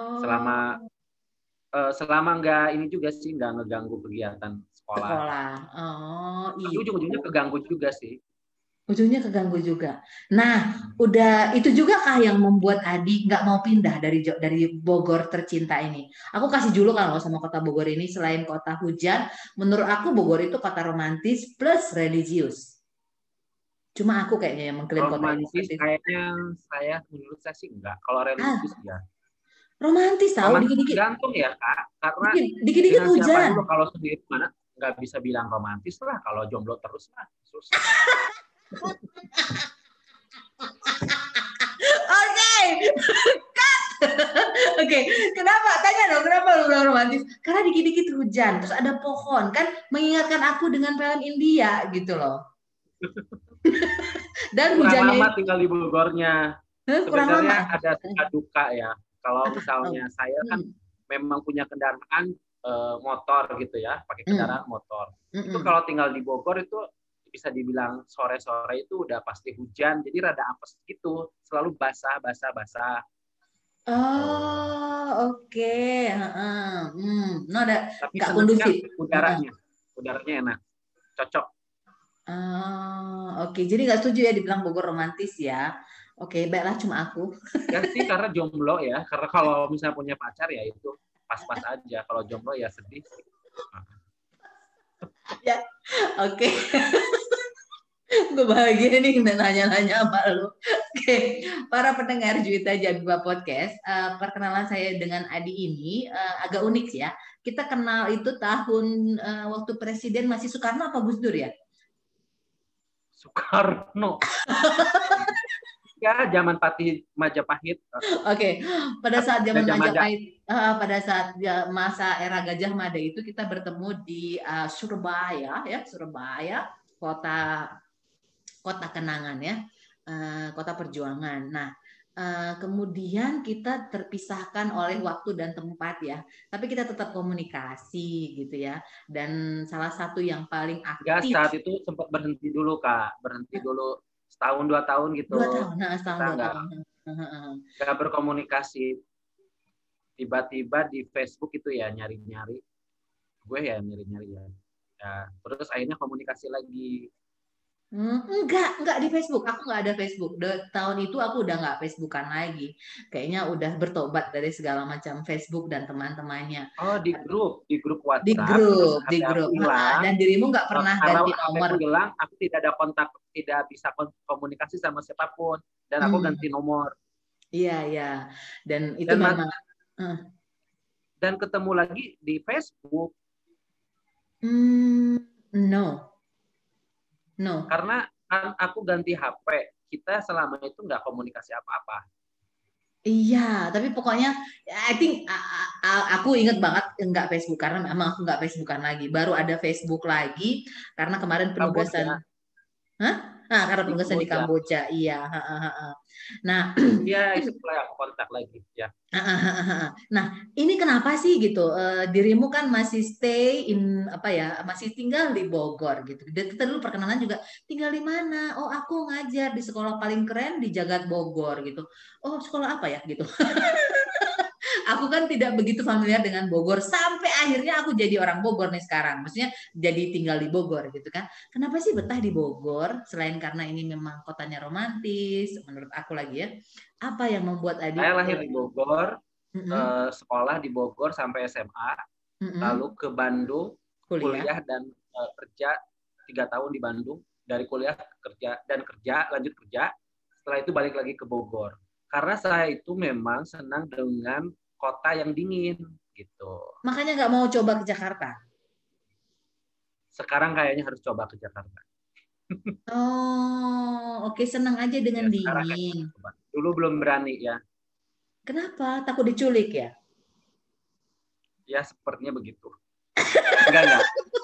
selama nggak ini juga sih, nggak ngeganggu kegiatan sekolah. Oh, tapi ujung-ujungnya keganggu juga sih. Ujungnya keganggu juga. Nah, udah itu juga kah yang membuat Adi nggak mau pindah dari Bogor tercinta ini? Aku kasih julukan loh sama kota Bogor ini, selain kota hujan, menurut aku Bogor itu kota romantis plus religius. Cuma aku kayaknya yang mengklaim kota ini Romantis seperti itu. kayaknya menurut saya sih enggak. Kalau religius ya. Romantis tahu Romantis dikit-dikit. tergantung ya Kak, karena Dikit-dikit dengan siapa hujan. dulu, kalau sendiri mana nggak bisa bilang romantis lah, kalau jomblo terus lah susah. Oke. Oke, kenapa? Tanya dong, kenapa lu bilang romantis? Karena dikit-dikit hujan, terus ada pohon, kan mengingatkan aku dengan film India gitu loh. Dan Kurang hujannya lama itu tinggal di Bogornya. kurang lama. Sebenarnya ada suka duka ya. Kalau Apa? Oh. misalnya saya kan Hmm. memang punya kendaraan motor gitu ya, pakai Hmm. kendaraan motor. Hmm. Itu Hmm. kalau tinggal di Bogor itu bisa dibilang sore-sore itu udah pasti hujan, jadi rada apes gitu, selalu basah, basah, basah. Gitu. Oh, oke. Heeh. No, Tapi nggak senangnya kondusif. Heeh. udaranya enak, cocok. Oke. Jadi nggak setuju ya dibilang Bogor romantis ya. Oke, baiklah cuma aku. Ya sih karena jomblo ya, karena kalau misalnya punya pacar ya itu pas-pas aja. Kalau jomblo ya sedih sih. Ya, oke. Gue bahagia nih nanya-nanya sama lu. Oke, para pendengar Juwita Jabiba Podcast, perkenalan saya dengan Adi ini agak unik ya. Kita kenal itu tahun waktu presiden masih Soekarno apa Gus Dur ya? Soekarno. Ya, zaman Patih Majapahit. Oke, pada saat zaman Gajah Mada. Majapahit, pada saat masa era Gajah Mada itu kita bertemu di Surabaya, ya Surabaya, kota kota kenangan ya, kota perjuangan. Nah, kemudian kita terpisahkan oleh waktu dan tempat ya, tapi kita tetap komunikasi gitu ya. Dan salah satu yang paling Ya, aktif saat itu sempat berhenti dulu, Kak. Berhenti dulu setahun, 2 tahun gitu. 2 tahun, nah setahun Kita 2 tahun. nggak berkomunikasi. Tiba-tiba di Facebook itu ya nyari-nyari. Gue ya nyari-nyari ya. Ya, terus akhirnya komunikasi lagi. Enggak di Facebook. Aku nggak ada Facebook. Tahun itu aku udah nggak Facebookan lagi. Kayaknya udah bertobat dari segala macam Facebook dan teman-temannya. Oh, di grup Di WhatsApp, terus grup, di HP aku grup. hilang. Dan dirimu nggak pernah Karena ganti HP nomor. aku hilang, aku tidak ada kontak, tidak bisa komunikasi sama siapapun, dan aku Hmm, ganti nomor. iya, iya. Dan itu Dan memang. eh, dan ketemu lagi di Facebook no, no. karena kan aku ganti HP. Kita selama itu nggak komunikasi apa-apa. Iya, tapi pokoknya I think aku inget banget nggak Facebook karena memang aku nggak Facebookan lagi. Baru ada Facebook lagi karena kemarin penugasan. Kamboja, Hah? Nah, karena di penugasan di Kamboja. Kamboja, iya. Nah, Ya, itu mulai aku kontak lagi. Ya, nah, ini kenapa sih gitu? Dirimu kan masih stay in apa ya? Masih tinggal di Bogor gitu. Dan kita dulu perkenalan juga tinggal di mana? Oh, aku ngajar di sekolah paling keren di Jagat Bogor gitu. Oh, sekolah apa ya gitu? Aku kan tidak begitu familiar dengan Bogor sampai akhirnya aku jadi orang Bogor nih sekarang. Maksudnya jadi tinggal di Bogor gitu kan. Kenapa sih betah di Bogor? Selain karena ini memang kotanya romantis, menurut aku lagi ya. Apa yang membuat saya Adik lahir di Bogor, mm-mm, sekolah di Bogor sampai SMA, lalu mm-mm, ke Bandung, kuliah? kuliah dan kerja 3 tahun di Bandung. Dari kuliah kerja, lanjut kerja. Setelah itu balik lagi ke Bogor. Karena saya itu memang senang dengan kota yang dingin gitu. Makanya nggak mau coba ke Jakarta. Sekarang kayaknya harus coba ke Jakarta. Oh, oke, senang aja dengan Ya, sekarang kayaknya dingin. harus coba. Dulu belum berani ya. Kenapa? Takut diculik ya? Ya, sepertinya begitu. Enggak.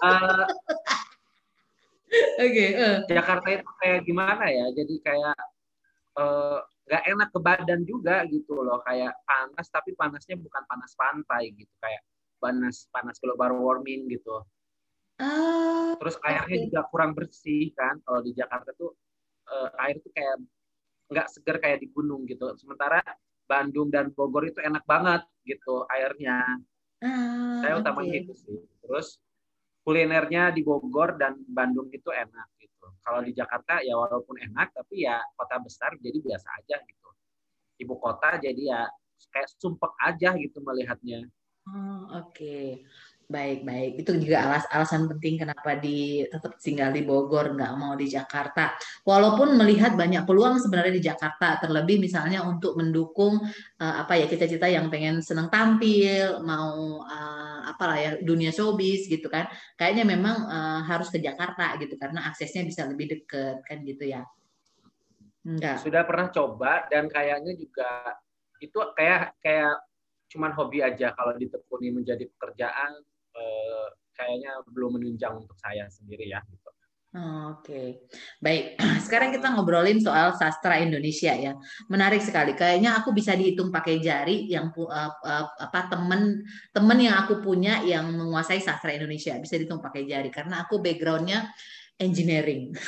Oke. Jakarta itu kayak gimana ya? Jadi kayak nggak enak ke badan juga gitu loh, kayak panas tapi panasnya bukan panas pantai gitu, kayak panas panas global warming gitu. Oh, Terus airnya oke. juga kurang bersih kan, kalau di Jakarta tuh air tuh kayak nggak seger kayak di gunung gitu, sementara Bandung dan Bogor itu enak banget gitu airnya. Saya Oke. utamanya itu sih. Terus kulinernya di Bogor dan Bandung itu enak gitu. Kalau di Jakarta ya walaupun enak tapi ya kota besar jadi biasa aja gitu. Ibu kota jadi ya kayak sumpek aja gitu melihatnya. Oh, oke. Baik. Itu juga alasan penting kenapa tetap tinggal di Bogor, nggak mau di Jakarta. Walaupun melihat banyak peluang sebenarnya di Jakarta, terlebih misalnya untuk mendukung apa ya cita-cita yang pengen senang tampil, mau apalah ya dunia showbiz gitu kan. Kayaknya memang harus ke Jakarta gitu karena aksesnya bisa lebih deket kan gitu ya. Enggak. Sudah pernah coba dan kayaknya juga itu kayak kayak cuman hobi aja. Kalau ditekuni menjadi pekerjaan, kayaknya belum menunjang untuk saya sendiri ya. Gitu. Oke, baik. Sekarang kita ngobrolin soal sastra Indonesia ya. Menarik sekali. Kayaknya aku bisa dihitung pakai jari yang apa temen yang aku punya yang menguasai sastra Indonesia bisa dihitung pakai jari karena aku backgroundnya engineering.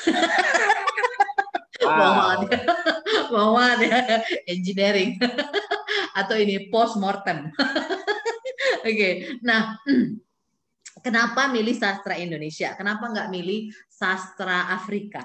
Mau banget, Wow. mau banget ya engineering atau ini post mortem. Oke, nah kenapa milih sastra Indonesia? Kenapa nggak milih sastra Afrika?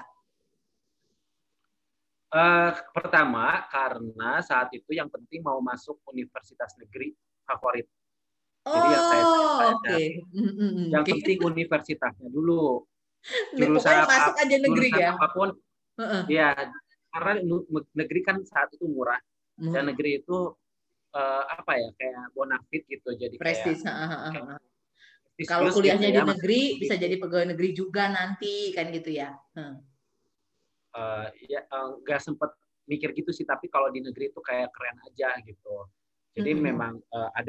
Pertama, karena saat itu yang penting mau masuk universitas negeri favorit. Jadi yang Oh, saya oke. cari, yang Oke. penting universitasnya dulu. Pokoknya masuk aja negeri Jurusan ya. apapun, Heeh. ya karena negeri kan saat itu murah dan Murah. negeri itu apa ya kayak bonafit gitu, jadi kayak Prestis. Heeh, heeh, kayak heeh. Kalau prestisius gitu kuliahnya di ya masuk negeri negeri bisa itu. jadi pegawai negeri juga nanti kan gitu ya. Heeh. Ya nggak sempet mikir gitu sih, tapi kalau di negeri itu kayak keren aja gitu. Jadi Heeh. memang ada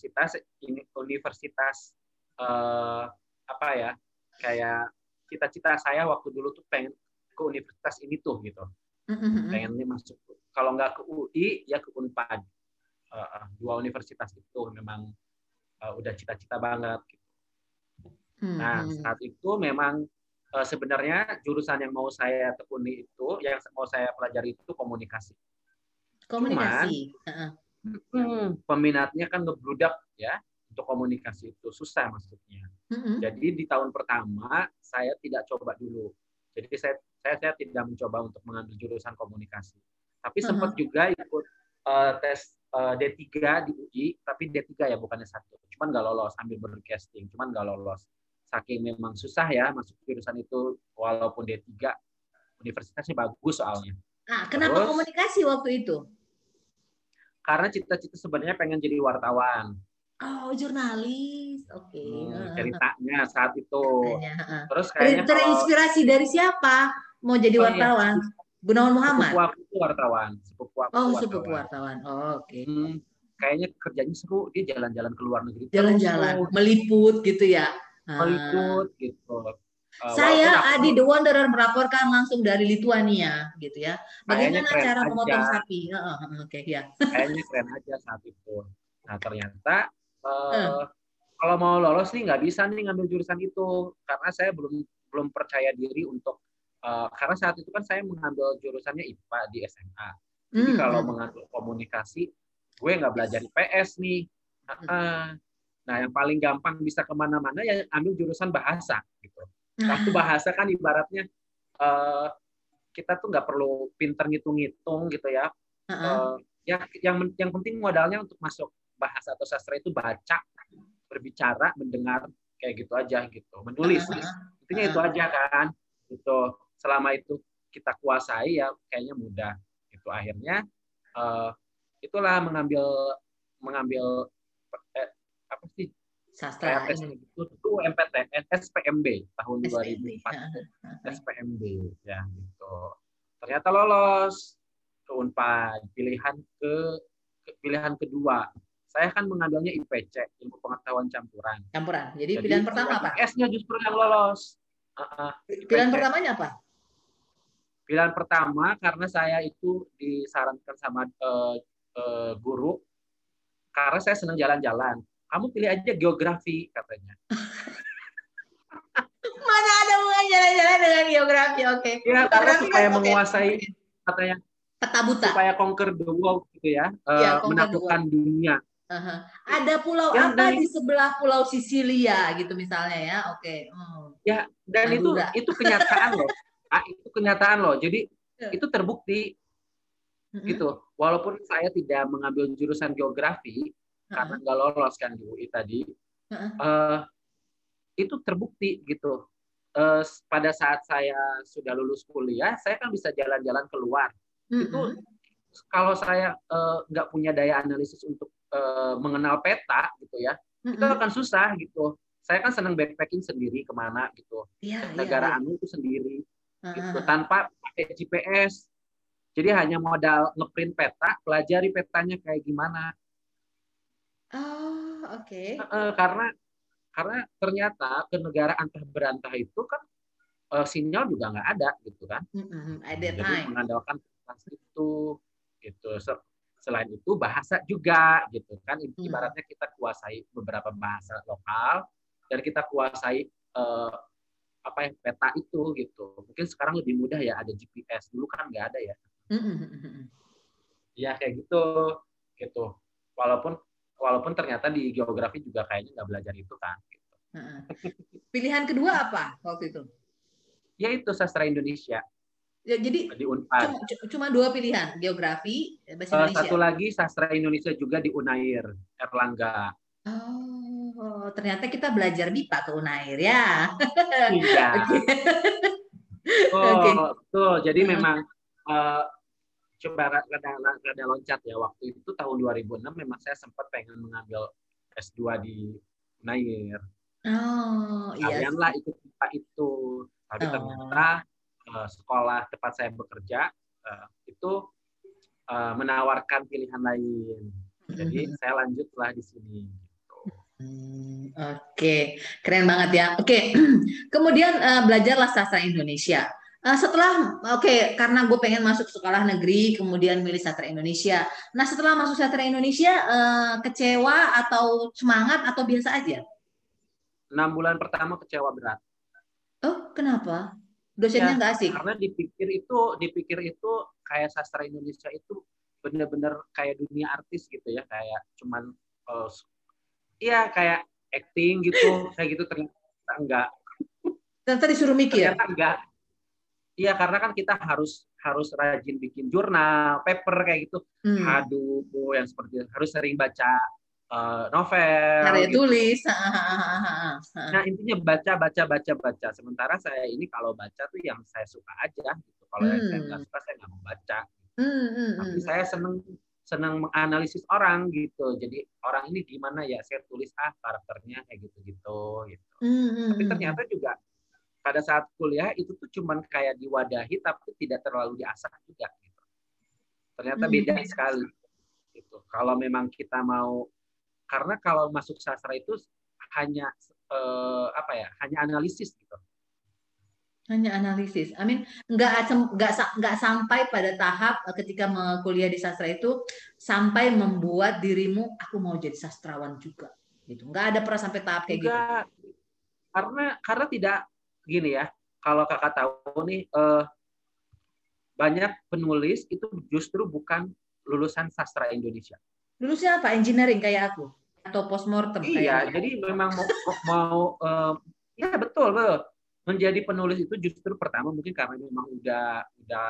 universitas uh, apa ya kayak cita-cita saya waktu dulu tuh pengen ke universitas ini tuh gitu, Heeh. pengennya masuk. Kalau nggak ke UI ya ke Unpad. Dua universitas itu memang udah cita-cita banget. Nah, Heeh. saat itu memang sebenarnya jurusan yang mau saya tekuni itu, yang mau saya pelajari itu komunikasi. Komunikasi. Cuman Heeh. peminatnya kan ngebludak ya, untuk komunikasi itu susah masuknya. Heeh. Jadi di tahun pertama saya tidak coba dulu. Jadi saya tidak mencoba untuk mengambil jurusan komunikasi. Tapi sempat Heeh. juga ikut tes D3 di UI, tapi D3 ya bukannya satu. Cuman nggak lolos, ambil broadcasting, cuman nggak lolos. Saking memang susah ya masuk jurusan itu, walaupun D3 universitasnya bagus soalnya. Nah, kenapa Terus komunikasi waktu itu? karena cita-cita sebenarnya pengen jadi wartawan. Oh, jurnalis. Oke. Heeh. Ceritanya saat itu. Ceritanya. Heeh. Terus kayaknya kalau Terinspirasi dari siapa mau jadi oh iya wartawan? Gunawan sepupu Muhammad. aku itu wartawan, sepupu aku Oh, itu sepupu wartawan. wartawan. Oh, oke. Kayaknya kerjanya seru, dia jalan-jalan ke luar negeri terus Jalan-jalan, tuh, meliput gitu ya. meliput gitu. Saya Walaupun aku Adi The Wanderer melaporkan langsung dari Lituania gitu ya. kayaknya Bagaimana keren cara aja, memotong sapi? Oke ya. kayaknya keren aja saat itu. Nah ternyata Eh, eh, kalau mau lolos nih nggak bisa nih ngambil jurusan itu karena saya belum belum percaya diri untuk karena saat itu kan saya mengambil jurusannya IPA di SMA. Jadi kalau hmm. mengambil komunikasi, gue nggak belajar IPS nih. Nah, yang paling gampang bisa kemana-mana ya ambil jurusan bahasa gitu. Kalau Nah, bahasa kan ibaratnya eh, kita tuh nggak perlu pinter ngitung-ngitung gitu ya. uh-uh. Yang penting modalnya untuk masuk bahasa atau sastra itu baca, berbicara, mendengar kayak gitu aja gitu. Menulis, intinya itu Uh-uh. aja kan. Gitu. Selama itu kita kuasai ya kayaknya mudah. Itu akhirnya eh, itulah mengambil mengambil apa sih kayak Sastra tes ini itu MPTN SPMB tahun SPMB. 2004 tuh SPMB ya gitu. Ternyata lolos ke Unpad, pilihan kedua. Saya kan mengambilnya IPC, ilmu pengetahuan campuran. Campuran. Jadi pilihan Jadi pertama apa? IPS-nya justru yang lolos. Pilihan IPC. pertamanya apa? Pilihan pertama karena saya itu disarankan sama guru karena saya senang jalan-jalan. Kamu pilih aja geografi katanya. Mana ada hubungan jalan-jalan dengan geografi? Oke. Ya, karena Geografi kan supaya oke. menguasai katanya Peta buta. supaya conquer the world gitu ya, Ya, conquer the world. menaklukkan dunia. Ada pulau Yang apa dan di sebelah Pulau Sisilia gitu misalnya ya? Oke. ya dan Madura. itu kenyataan loh. Itu kenyataan loh. Jadi itu terbukti gitu. Walaupun saya tidak mengambil jurusan geografi karena nggak lolos kan di UI tadi, itu terbukti gitu. Pada saat saya sudah lulus kuliah, saya kan bisa jalan-jalan keluar. Itu kalau saya nggak punya daya analisis untuk mengenal peta gitu ya, itu akan susah gitu. Saya kan senang backpacking sendiri kemana gitu, negara anu itu sendiri gitu, tanpa pakai GPS. Jadi hanya modal ngeprint peta, pelajari petanya kayak gimana. Oh, oke. Karena ternyata ke negara antah berantah itu kan sinyal juga nggak ada gitu kan. At that Jadi time. mengandalkan itu gitu. Selain itu bahasa juga gitu kan. Ibaratnya kita kuasai beberapa bahasa lokal dan kita kuasai apa yang peta itu gitu. Mungkin sekarang lebih mudah ya, ada GPS, dulu kan nggak ada ya. Ya kayak gitu gitu. Walaupun ternyata di geografi juga kayaknya nggak belajar itu kan. Gitu. Pilihan kedua apa waktu itu? Ya itu sastra Indonesia. Ya, jadi di Unpad. Cuma 2 pilihan, geografi, bahasa Indonesia. Satu lagi sastra Indonesia juga di Unair, Erlangga. Oh, ternyata kita belajar BIPA ke Unair ya. Iya. Oke. Betul. Jadi memang coba rada loncat ya, waktu itu tahun 2006 memang saya sempat pengen mengambil S2 di Unair. Oh, iya. Kalian lah ikut BIPA itu. Tapi ternyata sekolah tempat saya bekerja itu menawarkan pilihan lain. Jadi saya lanjutlah di sini. Oke, keren banget ya. Oke, kemudian belajarlah sastra Indonesia. Karena gue pengen masuk sekolah negeri, kemudian milih sastra Indonesia. Nah, setelah masuk sastra Indonesia, kecewa atau semangat atau biasa aja? 6 bulan pertama kecewa berat. Oh, kenapa? Dosennya nggak asik? Karena dipikir itu kayak sastra Indonesia itu benar-benar kayak dunia artis gitu ya, kayak cuman kayak acting gitu, kayak gitu. Ternyata enggak. Ternyata disuruh mikir. Ternyata enggak. Iya, karena kan kita harus rajin bikin jurnal, paper kayak gitu. Aduh, yang seperti itu. Harus sering baca novel. Karya gitu. tulis. Nah, intinya baca. Sementara saya ini kalau baca tuh yang saya suka aja. Gitu. Kalau yang saya nggak suka, saya nggak mau baca. Tapi saya senang menganalisis orang gitu. Jadi orang ini gimana ya, saya tulis karakternya kayak gitu-gitu. Gitu. Tapi ternyata juga pada saat kuliah itu tuh cuman kayak diwadahi tapi tidak terlalu diasah juga gitu. Ternyata beda sekali gitu. Kalau memang kita mau, karena kalau masuk sastra itu hanya hanya analisis gitu. Hanya analisis. Nggak sampai pada tahap ketika kuliah di sastra itu sampai membuat dirimu aku mau jadi sastrawan juga. Gitu. Nggak ada pernah sampai tahap kayak gitu. Karena tidak gini ya. Kalau kakak tahu nih, banyak penulis itu justru bukan lulusan sastra Indonesia. Lulusnya apa? Engineering kayak aku atau postmortem? Iya, jadi memang mau ya betul. Menjadi penulis itu justru pertama mungkin karena memang udah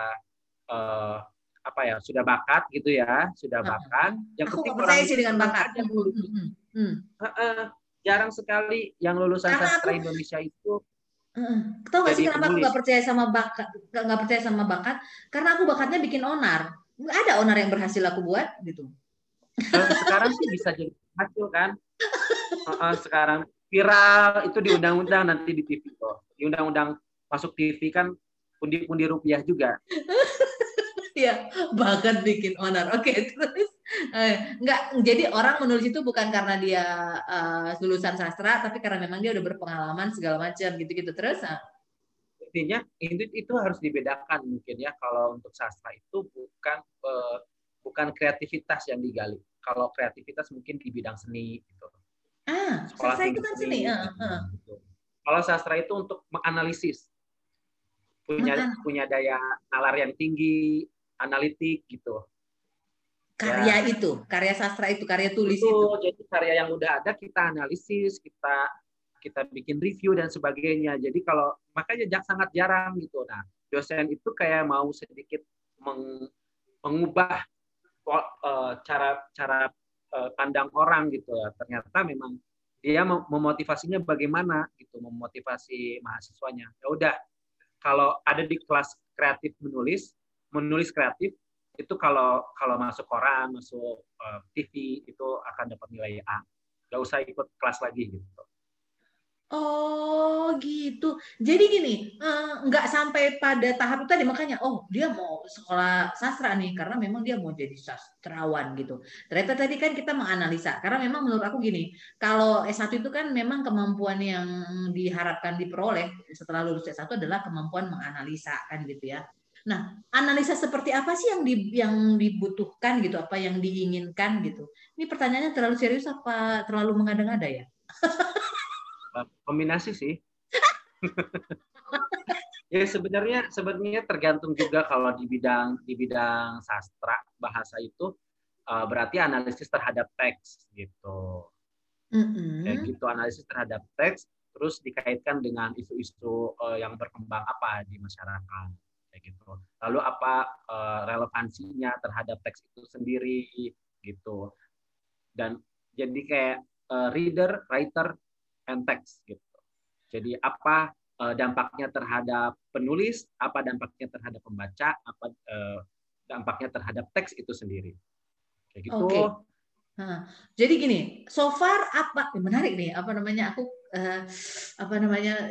sudah bakat gitu ya, sudah bakat. Yang aku penting nggak percaya orang sih dengan bakat. aja nulis. Jarang sekali yang lulusan sastra Indonesia itu. Tahu nggak sih kenapa aku nggak percaya sama bakat? Karena aku bakatnya bikin onar. Nggak ada onar yang berhasil aku buat gitu. Sekarang sih bisa jadi hasil kan. Sekarang viral itu di undang-undang, nanti di TV kok. Di undang-undang masuk TV kan pundi-pundi rupiah juga. Ya, bakat bikin onar. Oke, terus nggak. Jadi orang menulis itu bukan karena dia lulusan sastra, tapi karena memang dia udah berpengalaman segala macam gitu-gitu. Terus intinya itu harus dibedakan mungkin ya. Kalau untuk sastra itu bukan kreativitas yang digali. Kalau kreativitas mungkin di bidang seni gitu. Sekolah sastra itu tinggi kan seni. Gitu. Kalau sastra itu untuk menganalisis, punya daya nalar yang tinggi, analitik gitu. Karya sastra itu, karya tulis itu. Jadi karya yang udah ada kita analisis, kita bikin review dan sebagainya. Jadi makanya sangat jarang gitu. Nah, dosen itu kayak mau sedikit mengubah cara pandang orang gitu ya. Ternyata memang dia memotivasinya bagaimana gitu, memotivasi mahasiswanya. Ya udah, kalau ada di kelas kreatif menulis kreatif itu kalau kalau masuk koran, masuk TV itu akan dapat nilai A. Nggak usah ikut kelas lagi gitu. Oh gitu. Jadi gini, nggak sampai pada tahap itu tadi makanya, oh dia mau sekolah sastra nih karena memang dia mau jadi sastrawan gitu. Ternyata tadi kan kita menganalisa. Karena memang menurut aku gini, kalau S1 itu kan memang kemampuan yang diharapkan diperoleh setelah lulus S1 adalah kemampuan menganalisa kan gitu ya. Nah, analisa seperti apa sih yang dibutuhkan gitu, apa yang diinginkan gitu. Ini pertanyaannya terlalu serius apa terlalu mengada-ngada ya? Kombinasi sih. Ya sebenarnya tergantung juga kalau di bidang sastra bahasa itu berarti analisis terhadap teks gitu. Kayak Mm-mm. gitu, analisis terhadap teks terus dikaitkan dengan isu-isu yang berkembang apa di masyarakat kayak gitu. Lalu apa relevansinya terhadap teks itu sendiri gitu. Dan jadi kayak reader, writer, and text gitu. Jadi apa dampaknya terhadap penulis, apa dampaknya terhadap pembaca, apa dampaknya terhadap teks itu sendiri. Kayak gitu. Oke. Nah, jadi gini, so far apa menarik nih, apa namanya aku apa namanya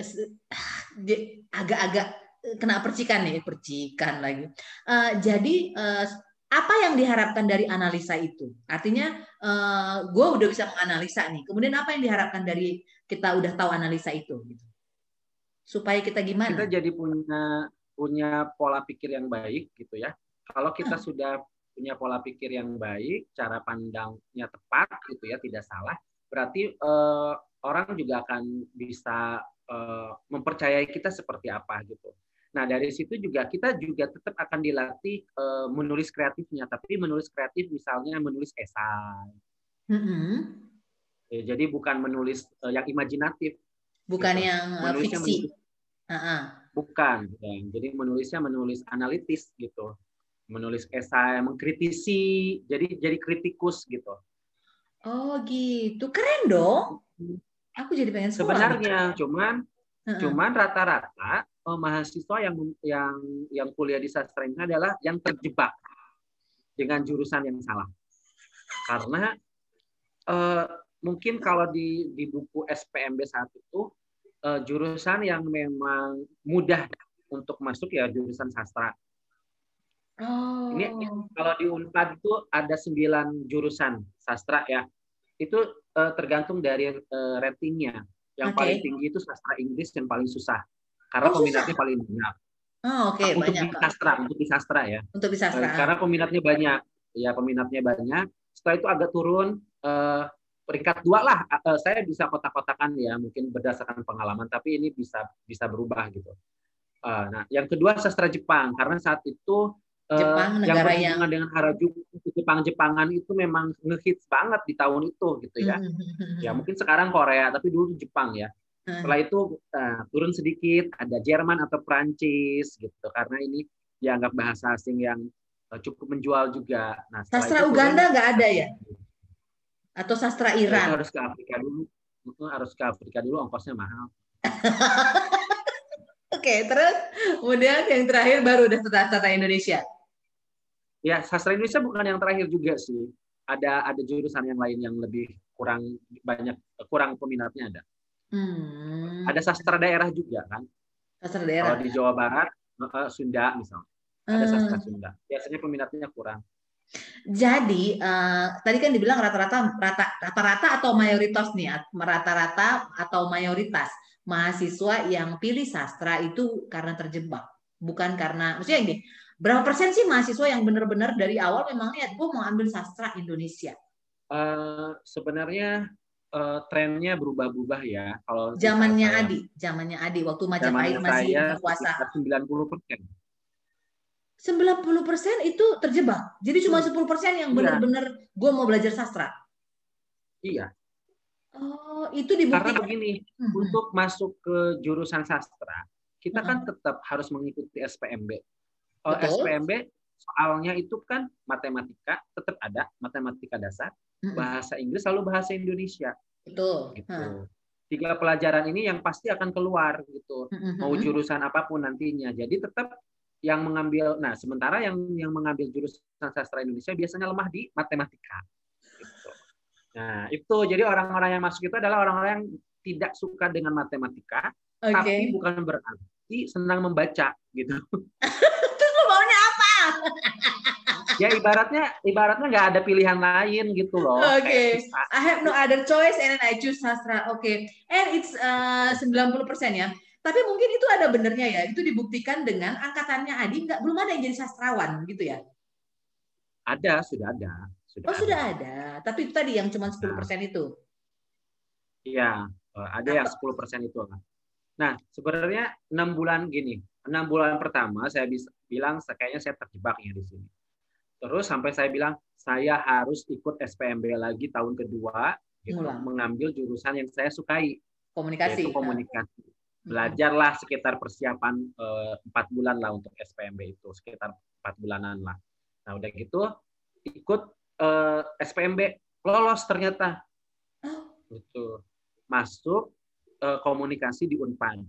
agak-agak kena percikan nih, percikan lagi. Jadi apa yang diharapkan dari analisa itu? Artinya gue udah bisa menganalisa nih. Kemudian apa yang diharapkan dari kita udah tahu analisa itu? Gitu. Supaya kita Kita gimana? jadi punya pola pikir yang baik gitu ya. Kalau kita Ah, sudah punya pola pikir yang baik, cara pandangnya tepat gitu ya, tidak salah, berarti orang juga akan bisa mempercayai kita seperti apa gitu. Nah, dari situ juga kita juga tetap akan dilatih menulis kreatifnya, tapi menulis kreatif misalnya menulis esai. mm-mm. Jadi bukan menulis yang imajinatif Bukan gitu. yang Menulisnya fiksi. menulis Ah, ah. bukan, jadi menulisnya menulis analitis gitu, menulis esai, mengkritisi, jadi kritikus gitu. Oh gitu, keren dong. Aku jadi pengen sekolah nih. Sebenarnya, cuman Heeh. cuman rata-rata mahasiswa yang kuliah di sastra ini adalah yang terjebak dengan jurusan yang salah. Karena eh, mungkin kalau di buku SPMB 1 itu jurusan yang memang mudah untuk masuk ya jurusan sastra. Ini Oh, kalau di Unpad itu ada 9 jurusan sastra ya. Itu tergantung dari ratingnya. Yang paling oke. tinggi itu sastra Inggris yang paling susah. Karena Oh peminatnya susah. paling banyak. Oh, oke, banyak Kak. Untuk di sastra ya. Untuk di sastra. Karena peminatnya banyak. Ya, peminatnya banyak. Setelah itu agak turun peringkat 2 lah. Saya bisa kotak-kotakan ya, mungkin berdasarkan pengalaman, tapi ini bisa bisa berubah gitu. Nah, yang kedua sastra Jepang karena saat itu Jepang yang negara yang berhubungan dengan Harajuku Jepang-Jepangan itu memang ngehits banget di tahun itu gitu ya. Ya mungkin sekarang Korea tapi dulu Jepang ya. Setelah itu turun sedikit ada Jerman atau Prancis gitu karena ini dianggap bahasa asing yang cukup menjual juga. Nah, setelah sastra itu Uganda turun nggak ada ya? Atau sastra ya itu Iran? harus ke Afrika dulu. Harus ke Afrika dulu ongkosnya mahal. Oke, terus kemudian yang terakhir baru udah sastra Indonesia. Ya, sastra Indonesia bukan yang terakhir juga sih. Ada jurusan yang lain yang lebih kurang peminatnya ada. Hmm, Ada sastra daerah juga kan. sastra Kalau daerah. di Jawa Barat Sunda misalnya. Ada sastra Hmm, Sunda. Biasanya peminatnya kurang. jadi tadi kan dibilang rata-rata atau mayoritas nih, rata-rata atau mayoritas mahasiswa yang pilih sastra itu karena terjebak, bukan karena, maksudnya ini, berapa persen sih mahasiswa yang benar-benar dari awal memang lihat gue mau ambil sastra Indonesia? Sebenarnya trennya berubah-ubah ya. Kalau di saat Zamannya saya, Adi, zamannya Adi waktu Majapahit zamannya masih saya berkuasa. sekitar 90%. 90% itu terjebak. Jadi cuma 10% yang Iya, benar-benar gue mau belajar sastra. iya. Oh, itu Karena dibuktikan. begini, Hmm, hmm. untuk masuk ke jurusan sastra, kita kan Heeh. tetap harus mengikuti SPMB. Betul. SPMB soalnya itu kan matematika, tetap ada matematika dasar, Mm-mm. bahasa Inggris, lalu bahasa Indonesia. Betul. gitu. 3 pelajaran ini yang pasti akan keluar gitu. Mau jurusan apapun nantinya. Jadi tetap yang mengambil, nah sementara yang mengambil jurusan sastra Indonesia biasanya lemah di matematika. Gitu. Nah itu jadi orang-orang yang masuk itu adalah orang-orang yang tidak suka dengan matematika, tapi bukan berarti senang membaca gitu. Terus lo maunya apa? Ya ibaratnya nggak ada pilihan lain gitu loh. Oke. I have no other choice and then I choose sastra. Oke. And it's 90% ya. Tapi mungkin itu ada benernya ya. Itu dibuktikan dengan angkatannya Adi belum ada yang jadi sastrawan gitu ya. Ada, sudah ada. Sudah ada. Tapi itu tadi yang cuma 10% itu. Iya, ada yang 10% itu. Nah, sebenarnya 6 bulan gini. 6 bulan pertama saya bisa bilang kayaknya saya terjebak ya di sini. Terus sampai saya bilang saya harus ikut SPMB lagi tahun kedua gitu, mengambil jurusan yang saya sukai. Komunikasi. Yaitu komunikasi. Belajarlah sekitar persiapan 4 bulan lah untuk SPMB itu, sekitar 4 bulanan lah. Nah, udah gitu ikut SPMB, lolos ternyata. Gitu. Masuk komunikasi di Unpad.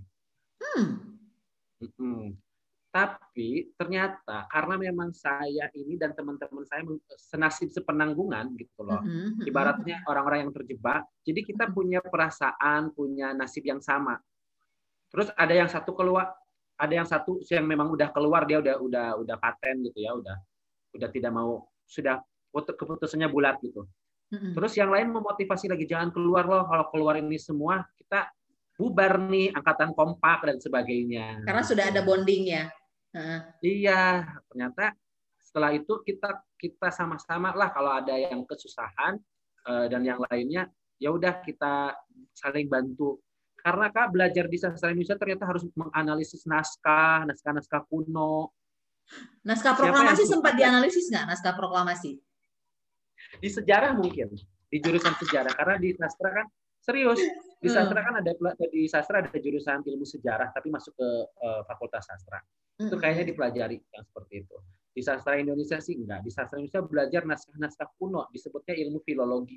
Tapi ternyata karena memang saya ini dan teman-teman saya senasib sepenanggungan gitu loh. Ibaratnya orang-orang yang terjebak, jadi kita punya perasaan, punya nasib yang sama. Terus ada yang satu keluar, ada yang satu yang memang udah keluar, dia udah paten gitu ya, udah tidak mau, sudah keputusannya bulat gitu. Terus yang lain memotivasi lagi, jangan keluar loh, kalau keluar ini semua kita bubar nih, angkatan kompak dan sebagainya. Karena sudah ada bondingnya. Iya, ternyata setelah itu kita sama-sama lah kalau ada yang kesusahan dan yang lainnya, ya udah kita saling bantu. Karena Kak belajar di sastra Indonesia ternyata harus menganalisis naskah kuno. Naskah proklamasi sempat dianalisis nggak? Naskah proklamasi? Di sejarah mungkin, di jurusan sejarah, karena di sastra kan serius. Di sastra kan ada jurusan ilmu sejarah tapi masuk ke Fakultas Sastra. Itu kayaknya dipelajari yang seperti itu. Di sastra Indonesia sih enggak. Di sastra Indonesia belajar naskah-naskah kuno, disebutnya ilmu filologi.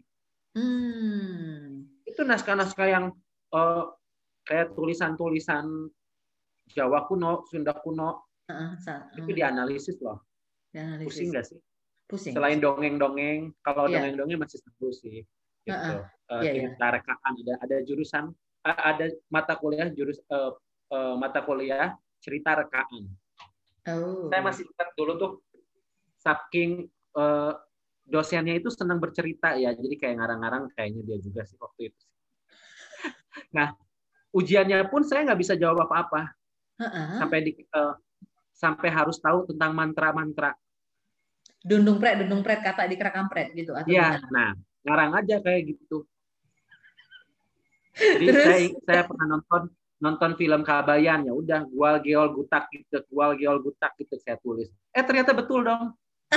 Itu naskah-naskah yang kayak tulisan-tulisan Jawa kuno, Sunda kuno, itu dianalisis loh. Pusing nggak sih? Pusing. Selain dongeng-dongeng, kalau dongeng-dongeng masih seru sih. Gitu. Cerita rekaan, ada jurusan, ada mata kuliah mata kuliah cerita rekaan. Saya masih ingat dulu tuh, saking dosennya itu senang bercerita ya, jadi kayak ngarang-ngarang, kayaknya dia juga sih waktu itu. Nah, ujiannya pun saya nggak bisa jawab apa-apa, sampai harus tahu tentang mantra-mantra. Dundung pret, kata di kerakampret gitu atau ya, nah ngarang aja kayak gitu. Jadi saya pernah nonton film Kabayan, ya udah gual geol gutak gitu saya tulis. Ternyata betul dong.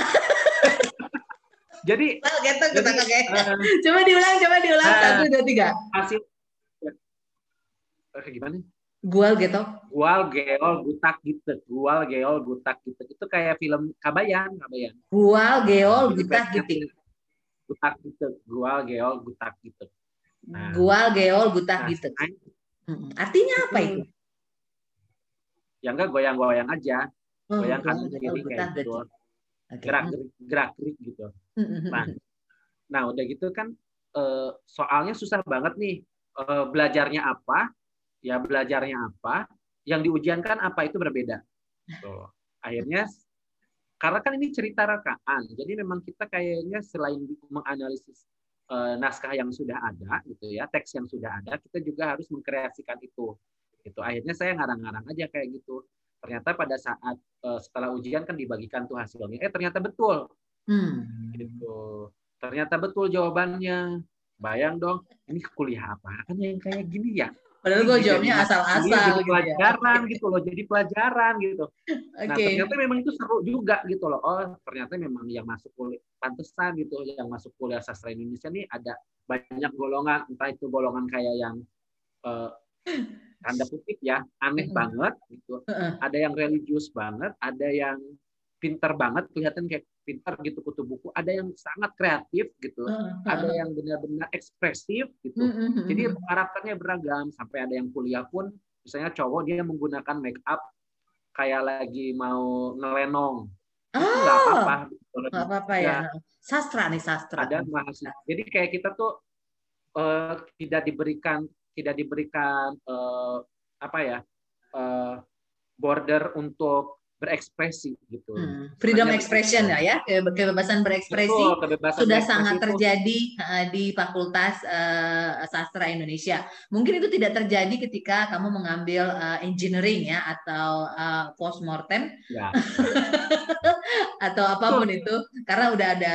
Jadi coba diulang 1, 2, 3. Hasil gimana? Gual geol gutak gitu. Itu kayak film Kabayan. Gual geol gutak gitu. Gual geol gutak gitu. Nah, gual geol gutak gitu. Artinya apa itu? Ya enggak, goyang-goyang aja. Goyang kanan kiri kayak gitu. Gerak-gerik gitu. Nah, udah gitu kan soalnya susah banget nih. Belajarnya apa? Ya belajarnya apa? Yang diujiankan apa, itu berbeda. Tuh. Akhirnya karena kan ini cerita rekaan, jadi memang kita kayaknya selain menganalisis naskah yang sudah ada gitu ya, teks yang sudah ada, kita juga harus mengkreasikan itu. Gitu. Akhirnya saya ngarang-ngarang aja kayak gitu. Ternyata pada saat setelah ujian kan dibagikan tuh hasilnya. Ternyata betul. Gitu. Ternyata betul jawabannya. Bayang dong, ini kuliah apaan yang kayak gini ya? Padahal gue jawabnya asal-asal jadi pelajaran gitu loh, jadi pelajaran gitu. Nah, ternyata memang itu seru juga gitu loh. Oh, ternyata memang yang masuk kuliah pantesan gitu, yang masuk kuliah sastra Indonesia nih ada banyak golongan, entah itu golongan kayak yang tanda kutip ya, aneh banget gitu. Ada yang religius banget, ada yang pinter banget, kelihatan kayak pinter gitu kutu buku, ada yang sangat kreatif gitu, ada yang benar-benar ekspresif gitu. Jadi karakternya beragam, sampai ada yang kuliah pun, misalnya cowok dia menggunakan make up kayak lagi mau ngelenong, itu nggak apa-apa. Nggak apa-apa ya. Sastra nih, sastra. Ada mahasiswa. Jadi kayak kita tuh tidak diberikan apa ya, border untuk berekspresi gitu. Freedom expression ya, kebebasan berekspresi. Betul, kebebasan sudah berekspresi sangat terjadi di Fakultas Sastra Indonesia. Mungkin itu tidak terjadi ketika kamu mengambil engineering ya, atau postmortem ya. Atau apapun itu, karena udah ada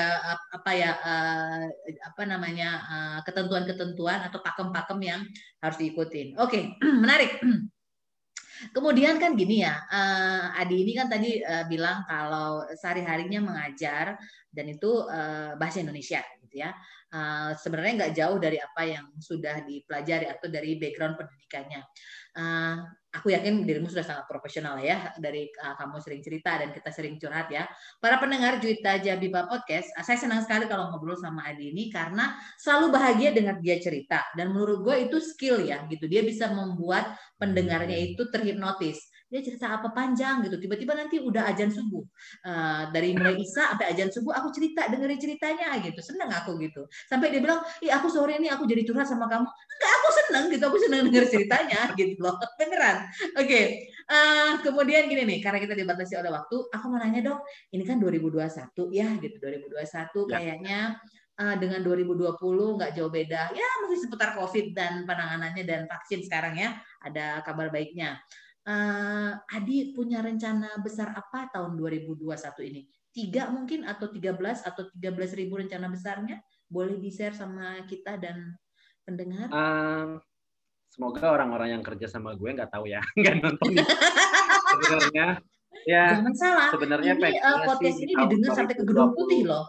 ketentuan-ketentuan atau pakem-pakem yang harus diikutin. Oke, menarik. Kemudian kan gini ya, Adi ini kan tadi bilang kalau sehari-harinya mengajar dan itu bahasa Indonesia gitu ya. Sebenarnya nggak jauh dari apa yang sudah dipelajari atau dari background pendidikannya. Aku yakin dirimu sudah sangat profesional ya, dari kamu sering cerita dan kita sering curhat ya. Para pendengar Juwita Jabipa Podcast, saya senang sekali kalau ngobrol sama Adi ini karena selalu bahagia dengar dia cerita, dan menurut gue itu skill ya gitu. Dia bisa membuat pendengarnya itu terhipnotis. Dia cerita apa panjang gitu, tiba-tiba nanti udah azan subuh, dari mulai Isya sampai azan subuh aku cerita, dengerin ceritanya gitu, seneng aku gitu. Sampai dia bilang, ih aku sore ini aku jadi curhat sama kamu. Enggak, aku seneng gitu, aku seneng denger ceritanya gitu loh, beneran. Oke. Kemudian gini nih, karena kita dibatasi oleh waktu, aku mau nanya dong, ini kan 2021 ya gitu, 2021 kayaknya dengan 2020 nggak jauh beda ya, masih seputar COVID dan penanganannya dan vaksin sekarang ya, ada kabar baiknya. Adi punya rencana besar apa tahun 2021 ini? 3 mungkin atau 13 atau 13.000 rencana besarnya? Boleh di-share sama kita dan pendengar? Semoga orang-orang yang kerja sama gue nggak tahu ya, nggak nonton. Sebenarnya ya. Jangan salah. Sebenarnya ini podcast ini didengar sampai ke Gedung Putih loh.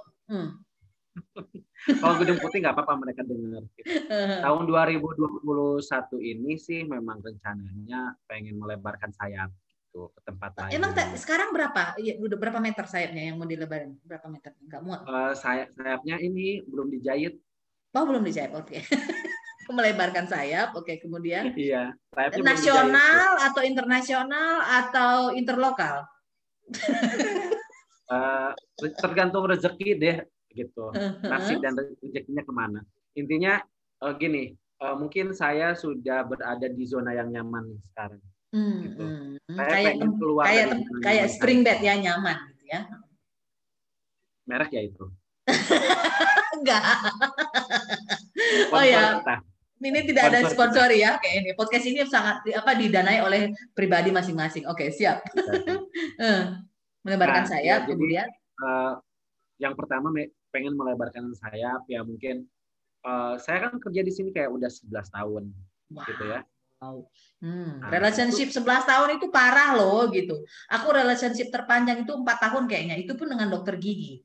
Kalau Gedung Putih nggak apa-apa mereka dengar. Gitu. Tahun 2021 ini sih memang rencananya pengen melebarkan sayap gitu, ke tempat lain. Emang sekarang berapa? Udah berapa meter sayapnya yang mau dilebarin? Berapa meter? Nggak muat? Sayapnya ini belum dijahit. Oh, belum dijahit. Oke. Melebarkan sayap. Oke, kemudian. Iya. Nasional atau internasional atau interlokal? Tergantung rezeki deh. Gitu, nasib dan rezekinya kemana. Intinya gini, mungkin saya sudah berada di zona yang nyaman sekarang. Gitu. Saya pengen keluar kayak spring bed ya, nyaman gitu ya. Merek ya itu. Enggak. Oh ya. Ini tidak ada sponsor ya, kayak ini. Podcast ini sangat didanai oleh pribadi masing-masing. Oke, siap. Menebarkan sayap, ya, kemudian. Yang pertama pengen melebarkan sayap ya, mungkin saya kan kerja di sini kayak udah 11 tahun. Wow. Gitu ya. Wow. Relationship 11 tahun itu parah loh gitu. Aku relationship terpanjang itu 4 tahun kayaknya, itu pun dengan dokter gigi.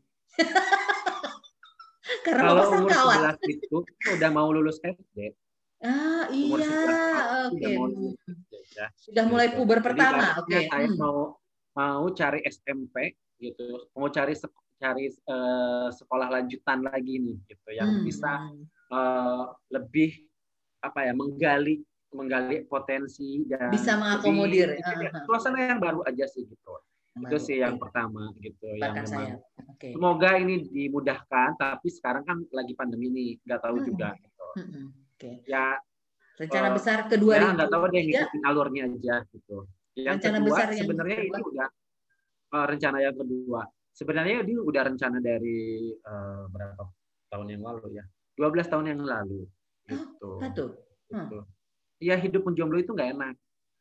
Karena kalau umur 11 itu udah mau lulus SD. Iya, oke. Sudah mulai puber pertama, oke. Saya mau cari SMP gitu, mau cari sekolah lanjutan lagi nih gitu, yang bisa lebih apa ya, menggali potensi dan bisa mengakomodir suasana yang baru aja sih gitu. Itu sih yang pertama gitu, yang memang okay. Semoga ini dimudahkan, tapi sekarang kan lagi pandemi nih, nggak tahu juga gitu. Okay. Ya rencana besar kedua ya nggak tahu deh, ngikutin alurnya aja gitu. Yang rencana kedua besar sebenarnya ini udah rencana yang kedua. Sebenarnya ini udah rencana dari berapa tahun yang lalu ya? 12 tahun yang lalu gitu. Gitu. Ya, hidup menjomblo itu nggak enak.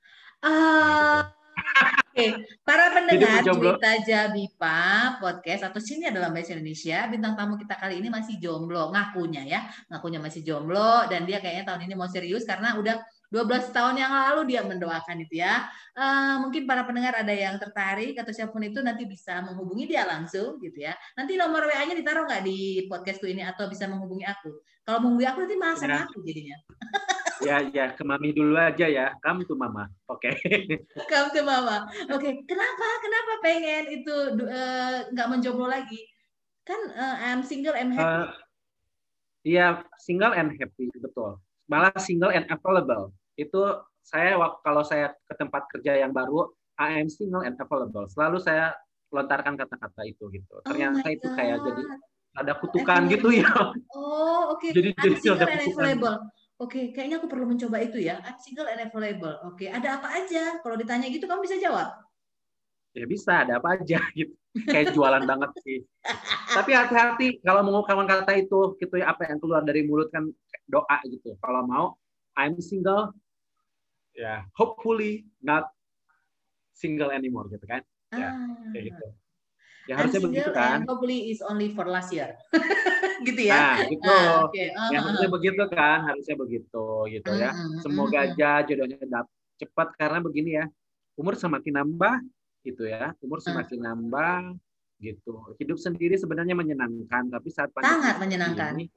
Oke, para pendengar Juwita Jabipa Podcast atau Sini Adalah Bahasa Indonesia, bintang tamu kita kali ini masih jomblo, ngakunya masih jomblo, dan dia kayaknya tahun ini mau serius karena udah 12 tahun yang lalu dia mendoakan itu ya. Mungkin para pendengar ada yang tertarik atau siapapun itu nanti bisa menghubungi dia langsung gitu ya. Nanti nomor WA-nya ditaruh nggak di podcastku ini atau bisa menghubungi aku? Kalau menghubungi aku nanti malah sama aku jadinya. Ya, ke Mami dulu aja ya. Kamu tuh Mama. Oke. Come to Mama. Oke, kenapa pengen itu nggak menjomblo lagi? Kan I'm single, I'm happy. Iya, single and happy, betul. Malah single and available. Itu saya kalau saya ke tempat kerja yang baru, I am single and available. Selalu saya lontarkan kata-kata itu gitu. Oh my Ternyata itu kayak jadi God. ada kutukan gitu Available. ya. Oh, oke. I'm Jadi single ada and kutukan. available. Oke, kayaknya aku perlu mencoba itu ya. I'm single and available. Oke, ada apa aja? Kalau ditanya gitu kamu bisa jawab. Ya bisa, ada apa aja gitu. Kayak jualan banget sih. Tapi hati-hati kalau mengungkapkan kata itu, gitu ya, apa yang keluar dari mulut kan doa gitu. Kalau mau, I'm single, ya hopefully not single anymore gitu kan. Ya, kayak Ah, gitu. Ya I'm harusnya begitu single kan. and hopefully is only for last year. Gitu ya. Nah, gitu. Oke. Ya harusnya begitu kan, harusnya begitu gitu ya. Semoga aja jodohnya cepat karena begini ya. Umur semakin nambah gitu ya. Umur semakin nambah gitu. Hidup sendiri sebenarnya menyenangkan, tapi saat pandemi Sangat seperti menyenangkan. ini,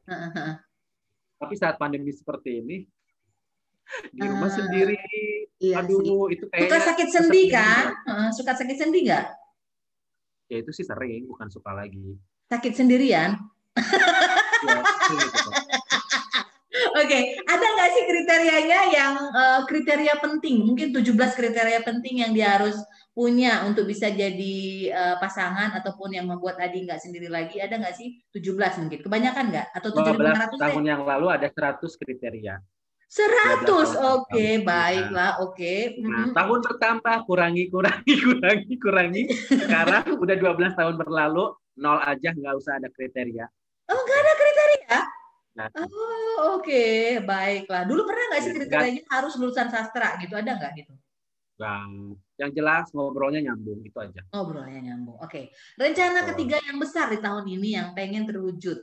di rumah sendiri, Iya sih. aduh itu Suka kayaknya sakit sendi kesepian kan? banget. Suka sakit sendi nggak? Ya itu sih sering, bukan suka lagi. Sakit sendirian? Ya sering itu Kak. Oke, ada nggak sih kriterianya yang kriteria penting? Mungkin 17 kriteria penting yang dia harus punya untuk bisa jadi pasangan ataupun yang membuat Adi nggak sendiri lagi. Ada nggak sih? 17 mungkin. Kebanyakan nggak? Atau 12 7.500 deh? tahun yang lalu ada 100 kriteria. 12 100. tahun yang Oke, lalu. Ya. baiklah. Oke. Nah, tahun bertambah, kurangi. Sekarang udah 12 tahun berlalu, nol aja, nggak usah ada kriteria. Oh, nggak ada kriteria? Nah, Oh, oke. Baiklah. Dulu pernah nggak sih ya, kriterianya harus lulusan sastra gitu? Ada nggak gitu? yang jelas ngobrolnya nyambung, itu aja. Ngobrolnya nyambung. Oke. Rencana So, ketiga yang besar di tahun ini yang pengen terwujud.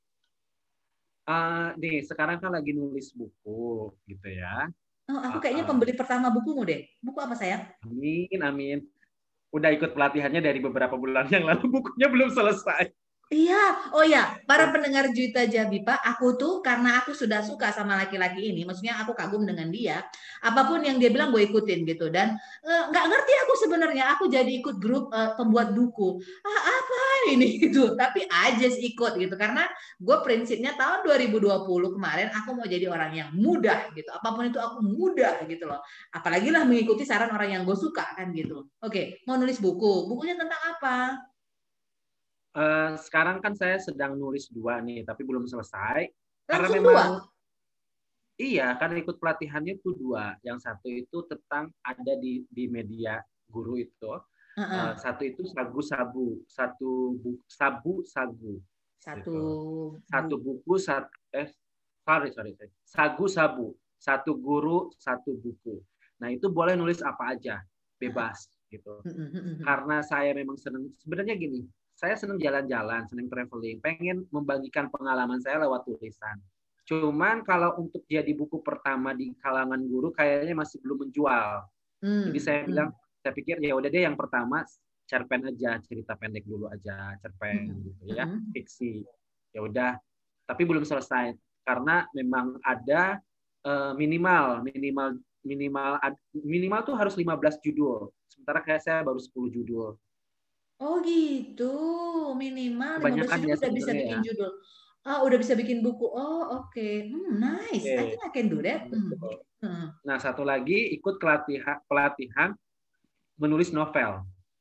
nih, sekarang kan lagi nulis buku, gitu ya. Oh, aku kayaknya Uh, pembeli pertama bukumu deh. Buku apa sayang? amin, amin. Udah ikut pelatihannya dari beberapa bulan yang lalu, bukunya belum selesai. Iya, oh ya, para pendengar Juwita Jabipa, aku tuh karena aku sudah suka sama laki-laki ini, maksudnya aku kagum dengan dia, apapun yang dia bilang gue ikutin gitu, dan nggak ngerti aku sebenarnya, aku jadi ikut grup pembuat buku, apa ini gitu, tapi aja ikut gitu, karena gue prinsipnya tahun 2020 kemarin aku mau jadi orang yang mudah gitu, apapun itu aku mudah gitu loh, apalagi lah mengikuti saran orang yang gue suka kan gitu. Oke, mau nulis buku, bukunya tentang apa? Sekarang kan saya sedang nulis 2 nih, tapi belum selesai. Karena Langsung memang, dua? iya, karena ikut pelatihannya itu 2. Yang satu itu tentang ada di media guru itu. Uh-uh. Satu itu sagu-sabu, sabu-sagu. Satu Gitu. Satu buku. buku, sorry. Sagu-sabu, satu guru, satu buku. Nah itu boleh nulis apa aja, bebas gitu. Karena saya memang senang, sebenarnya gini, saya senang jalan-jalan, senang traveling, pengen membagikan pengalaman saya lewat tulisan. Cuman kalau untuk jadi buku pertama di kalangan guru kayaknya masih belum menjual. Jadi saya bilang, saya pikir ya udah deh yang pertama cerpen aja, cerita pendek dulu aja, cerpen gitu ya, fiksi. Ya udah, tapi belum selesai karena memang ada minimal tuh harus 15 judul. Sementara kayak saya baru 10 judul. Oh gitu, minimal 15 Kebanyakan judul ya udah bisa sebenarnya bikin ya. judul. Ah, udah bisa bikin buku. Oh, oke. Nice. I Oke. think I can do that. Nah, satu lagi ikut pelatihan menulis novel.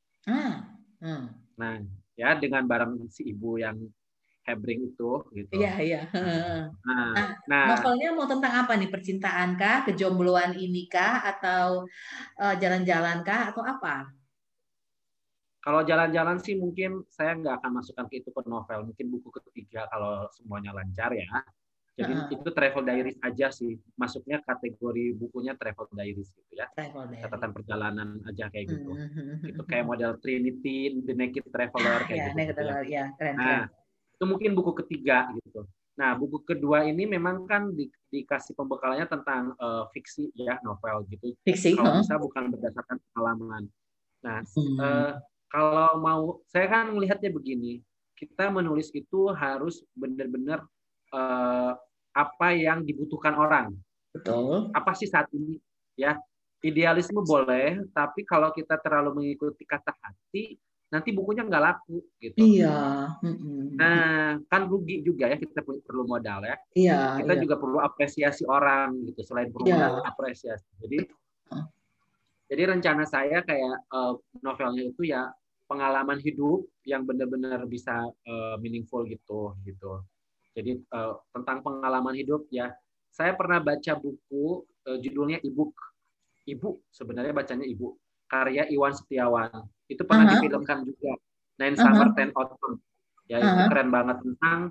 Nah, ya dengan bareng si ibu yang Hebring itu gitu. Iya, iya. Nah, Nah, novelnya mau tentang apa nih? Percintaan kah? Kejombloan ini kah? Atau jalan-jalan kah? Atau apa? kalau jalan-jalan sih mungkin saya nggak akan masukkan ke itu ke novel. Mungkin buku ketiga kalau semuanya lancar ya. Jadi itu travel diaries aja sih. Masuknya kategori bukunya travel diaries gitu ya. Travel diary. Catatan perjalanan aja kayak gitu. Itu kayak model Trinity, The Naked Traveler kayak Ya, gitu nih gitu ya. ya, keren-keren. Nah, itu mungkin buku ketiga gitu. Nah, buku kedua ini memang kan dikasih pembekalannya tentang fiksi ya, novel gitu. Fiksi, Kalau bisa bukan berdasarkan pengalaman. Nah, kalau mau, saya kan melihatnya begini, kita menulis itu harus benar-benar apa yang dibutuhkan orang. Betul. Apa sih saat ini? Ya, idealisme boleh, tapi kalau kita terlalu mengikuti kata hati, nanti bukunya nggak laku gitu. Iya. Nah, kan rugi juga ya, kita perlu modal ya. Iya, Kita iya. juga perlu apresiasi orang gitu, selain perlu modal Iya. apresiasi. Betul. Jadi rencana saya kayak novelnya itu ya pengalaman hidup yang benar-benar bisa meaningful gitu. Jadi tentang pengalaman hidup ya. Saya pernah baca buku judulnya Ibu, sebenarnya bacanya Ibu. Karya Iwan Setiawan. Itu pernah Aha, difilmkan juga. Nine aha, Summer Ten Autumn. Ya itu aha. keren banget tentang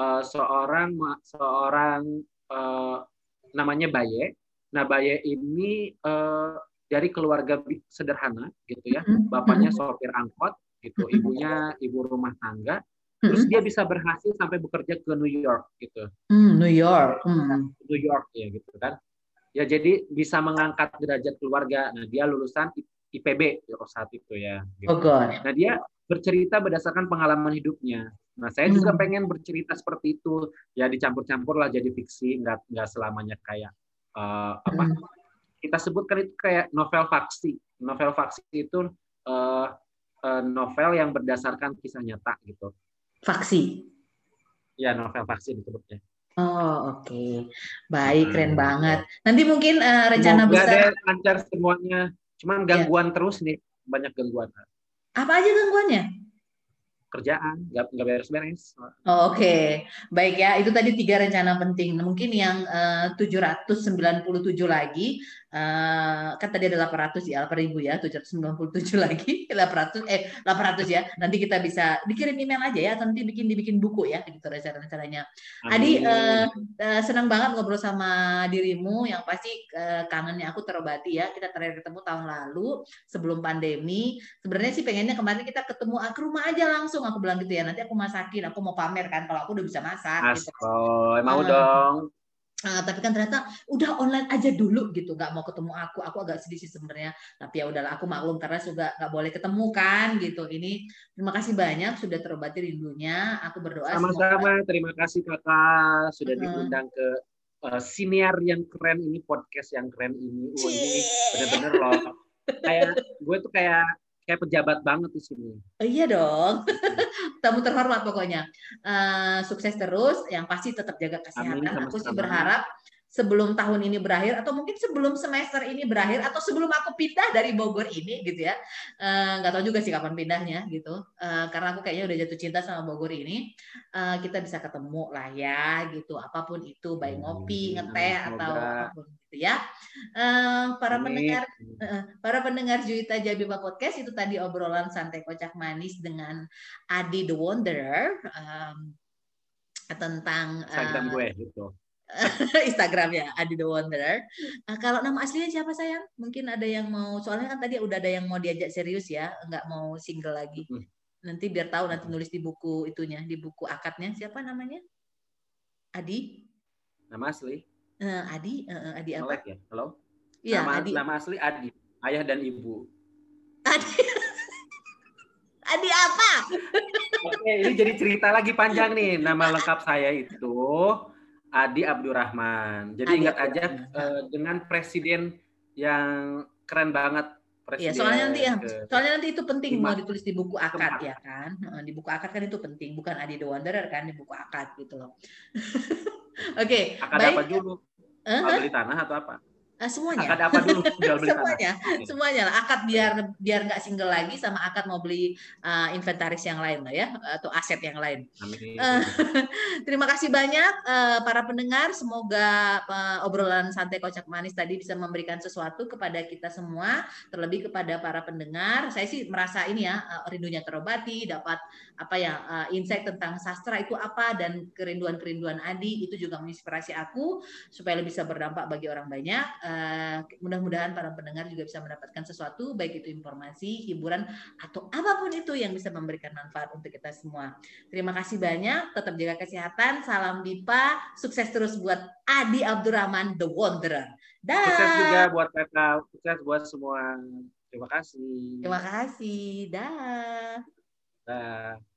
seorang namanya Baye. Nah Baye ini dari keluarga sederhana gitu ya. Bapaknya sopir angkot gitu, ibunya ibu rumah tangga. Terus dia bisa berhasil sampai bekerja ke New York gitu. New York. New York ya gitu kan. Ya jadi bisa mengangkat derajat keluarga. Nah dia lulusan IPB saat itu ya. Gitu. Bogor. Nah dia bercerita berdasarkan pengalaman hidupnya. Nah saya juga pengen bercerita seperti itu. Ya dicampur-campur lah jadi fiksi, nggak selamanya kayak apa kita sebutkan itu kayak novel faksi. Novel faksi itu novel yang berdasarkan kisah nyata gitu. Faksi. Ya novel faksi disebutnya. Oh, oke. Baik, keren Gitu. banget. Nanti mungkin rencana Semoga besar. deh lancar semuanya. Cuman Ya. gangguan terus nih, banyak gangguan. Apa aja gangguannya? Kerjaan, nggak beres-beres. Oh, oke. Baik ya, itu tadi 3 rencana penting. Nah, mungkin yang 797 lagi, kan tadi ada 800 ya, 8.000 ya, 797 lagi, 800 ya. Nanti kita bisa dikirim email aja ya, atau nanti dibikin buku ya, gitu rencana-rencananya. Adi, Amin. senang banget ngobrol sama dirimu, yang pasti kangennya aku terobati ya. Kita terakhir ketemu tahun lalu, sebelum pandemi. Sebenarnya sih pengennya kemarin kita ketemu ke rumah aja langsung, aku bilang gitu ya, nanti aku masakin, aku mau pamer kan kalau aku udah bisa masak gitu. Askoy, mau dong. Tapi kan ternyata udah online aja dulu gitu, nggak mau ketemu aku agak sedih sih sebenarnya, tapi ya udahlah, aku maklum karena juga nggak boleh ketemu kan gitu. Ini terima kasih banyak sudah terobati rindunya, aku berdoa semoga Sama-sama, terima kasih kakak sudah diundang ke siniar yang keren ini, podcast yang keren ini. Ini bener-bener loh. Kayak gue tuh kayak pejabat banget di sini. iya dong. Tamu terhormat pokoknya. Sukses terus, yang pasti tetap jaga Amin, kesehatan. Aku sih sama-sama. berharap sebelum tahun ini berakhir, atau mungkin sebelum semester ini berakhir, atau sebelum aku pindah dari Bogor ini gitu ya. Nggak tahu juga sih kapan pindahnya gitu. Karena aku kayaknya udah jatuh cinta sama Bogor ini. Kita bisa ketemu lah ya gitu. Apapun itu, baik ngopi, Amin, amin. ngeteh, atau Semoga. apapun gitu ya. Para Amin. pendengar Para pendengar Juwita Jabiba Podcast, itu tadi obrolan santai kocak manis dengan Adi the Wanderer, tentang Instagram gue gitu. Instagram ya, Adi the Wanderer. Kalau nama aslinya siapa sayang? Mungkin ada yang mau, soalnya kan tadi udah ada yang mau diajak serius ya, nggak mau single lagi. Nanti biar tahu, nanti nulis di buku itunya, di buku akadnya. Siapa namanya? Adi? Nama asli? Adi apa? Melek ya? Halo? Iya, Adi. Nama asli Adi. Ayah dan ibu. Adi. Adi apa? Oke, ini jadi cerita lagi panjang nih. Nama lengkap saya itu Adi Abdurrahman. Jadi Adi ingat aja Abdurrahman. dengan presiden yang keren banget. Iya, Presiden soalnya nanti itu penting mau ke-5. ditulis di buku akad Keempat. ya kan. Di buku akad kan itu penting, bukan Adi the Wanderer kan, di buku akad gitu loh. Oke, Akad baik. apa dulu? Jual beli tanah atau apa? Semuanya. Akad apa dulu? Jual beli tanah. Semuanya lah. Akad biar nggak single lagi, sama akad mau beli inventaris yang lain lah ya, atau aset yang lain. Amin. Terima kasih banyak para pendengar. Semoga obrolan santai kocak manis tadi bisa memberikan sesuatu kepada kita semua, terlebih kepada para pendengar. Saya sih merasa ini ya, rindunya terobati, dapat apa ya, insight tentang sastra itu apa, dan kerinduan-kerinduan Adi itu juga menginspirasi aku supaya lebih bisa berdampak bagi orang banyak. Mudah-mudahan para pendengar juga bisa mendapatkan sesuatu, baik itu informasi, hiburan, atau apapun itu yang bisa memberikan manfaat untuk kita semua. Terima kasih banyak, tetap jaga kesehatan, salam Dipa, sukses terus buat Adi Abdurrahman the Wanderer. Sukses juga buat kakak, sukses buat semua. Terima kasih. Terima kasih. Dah. Dah.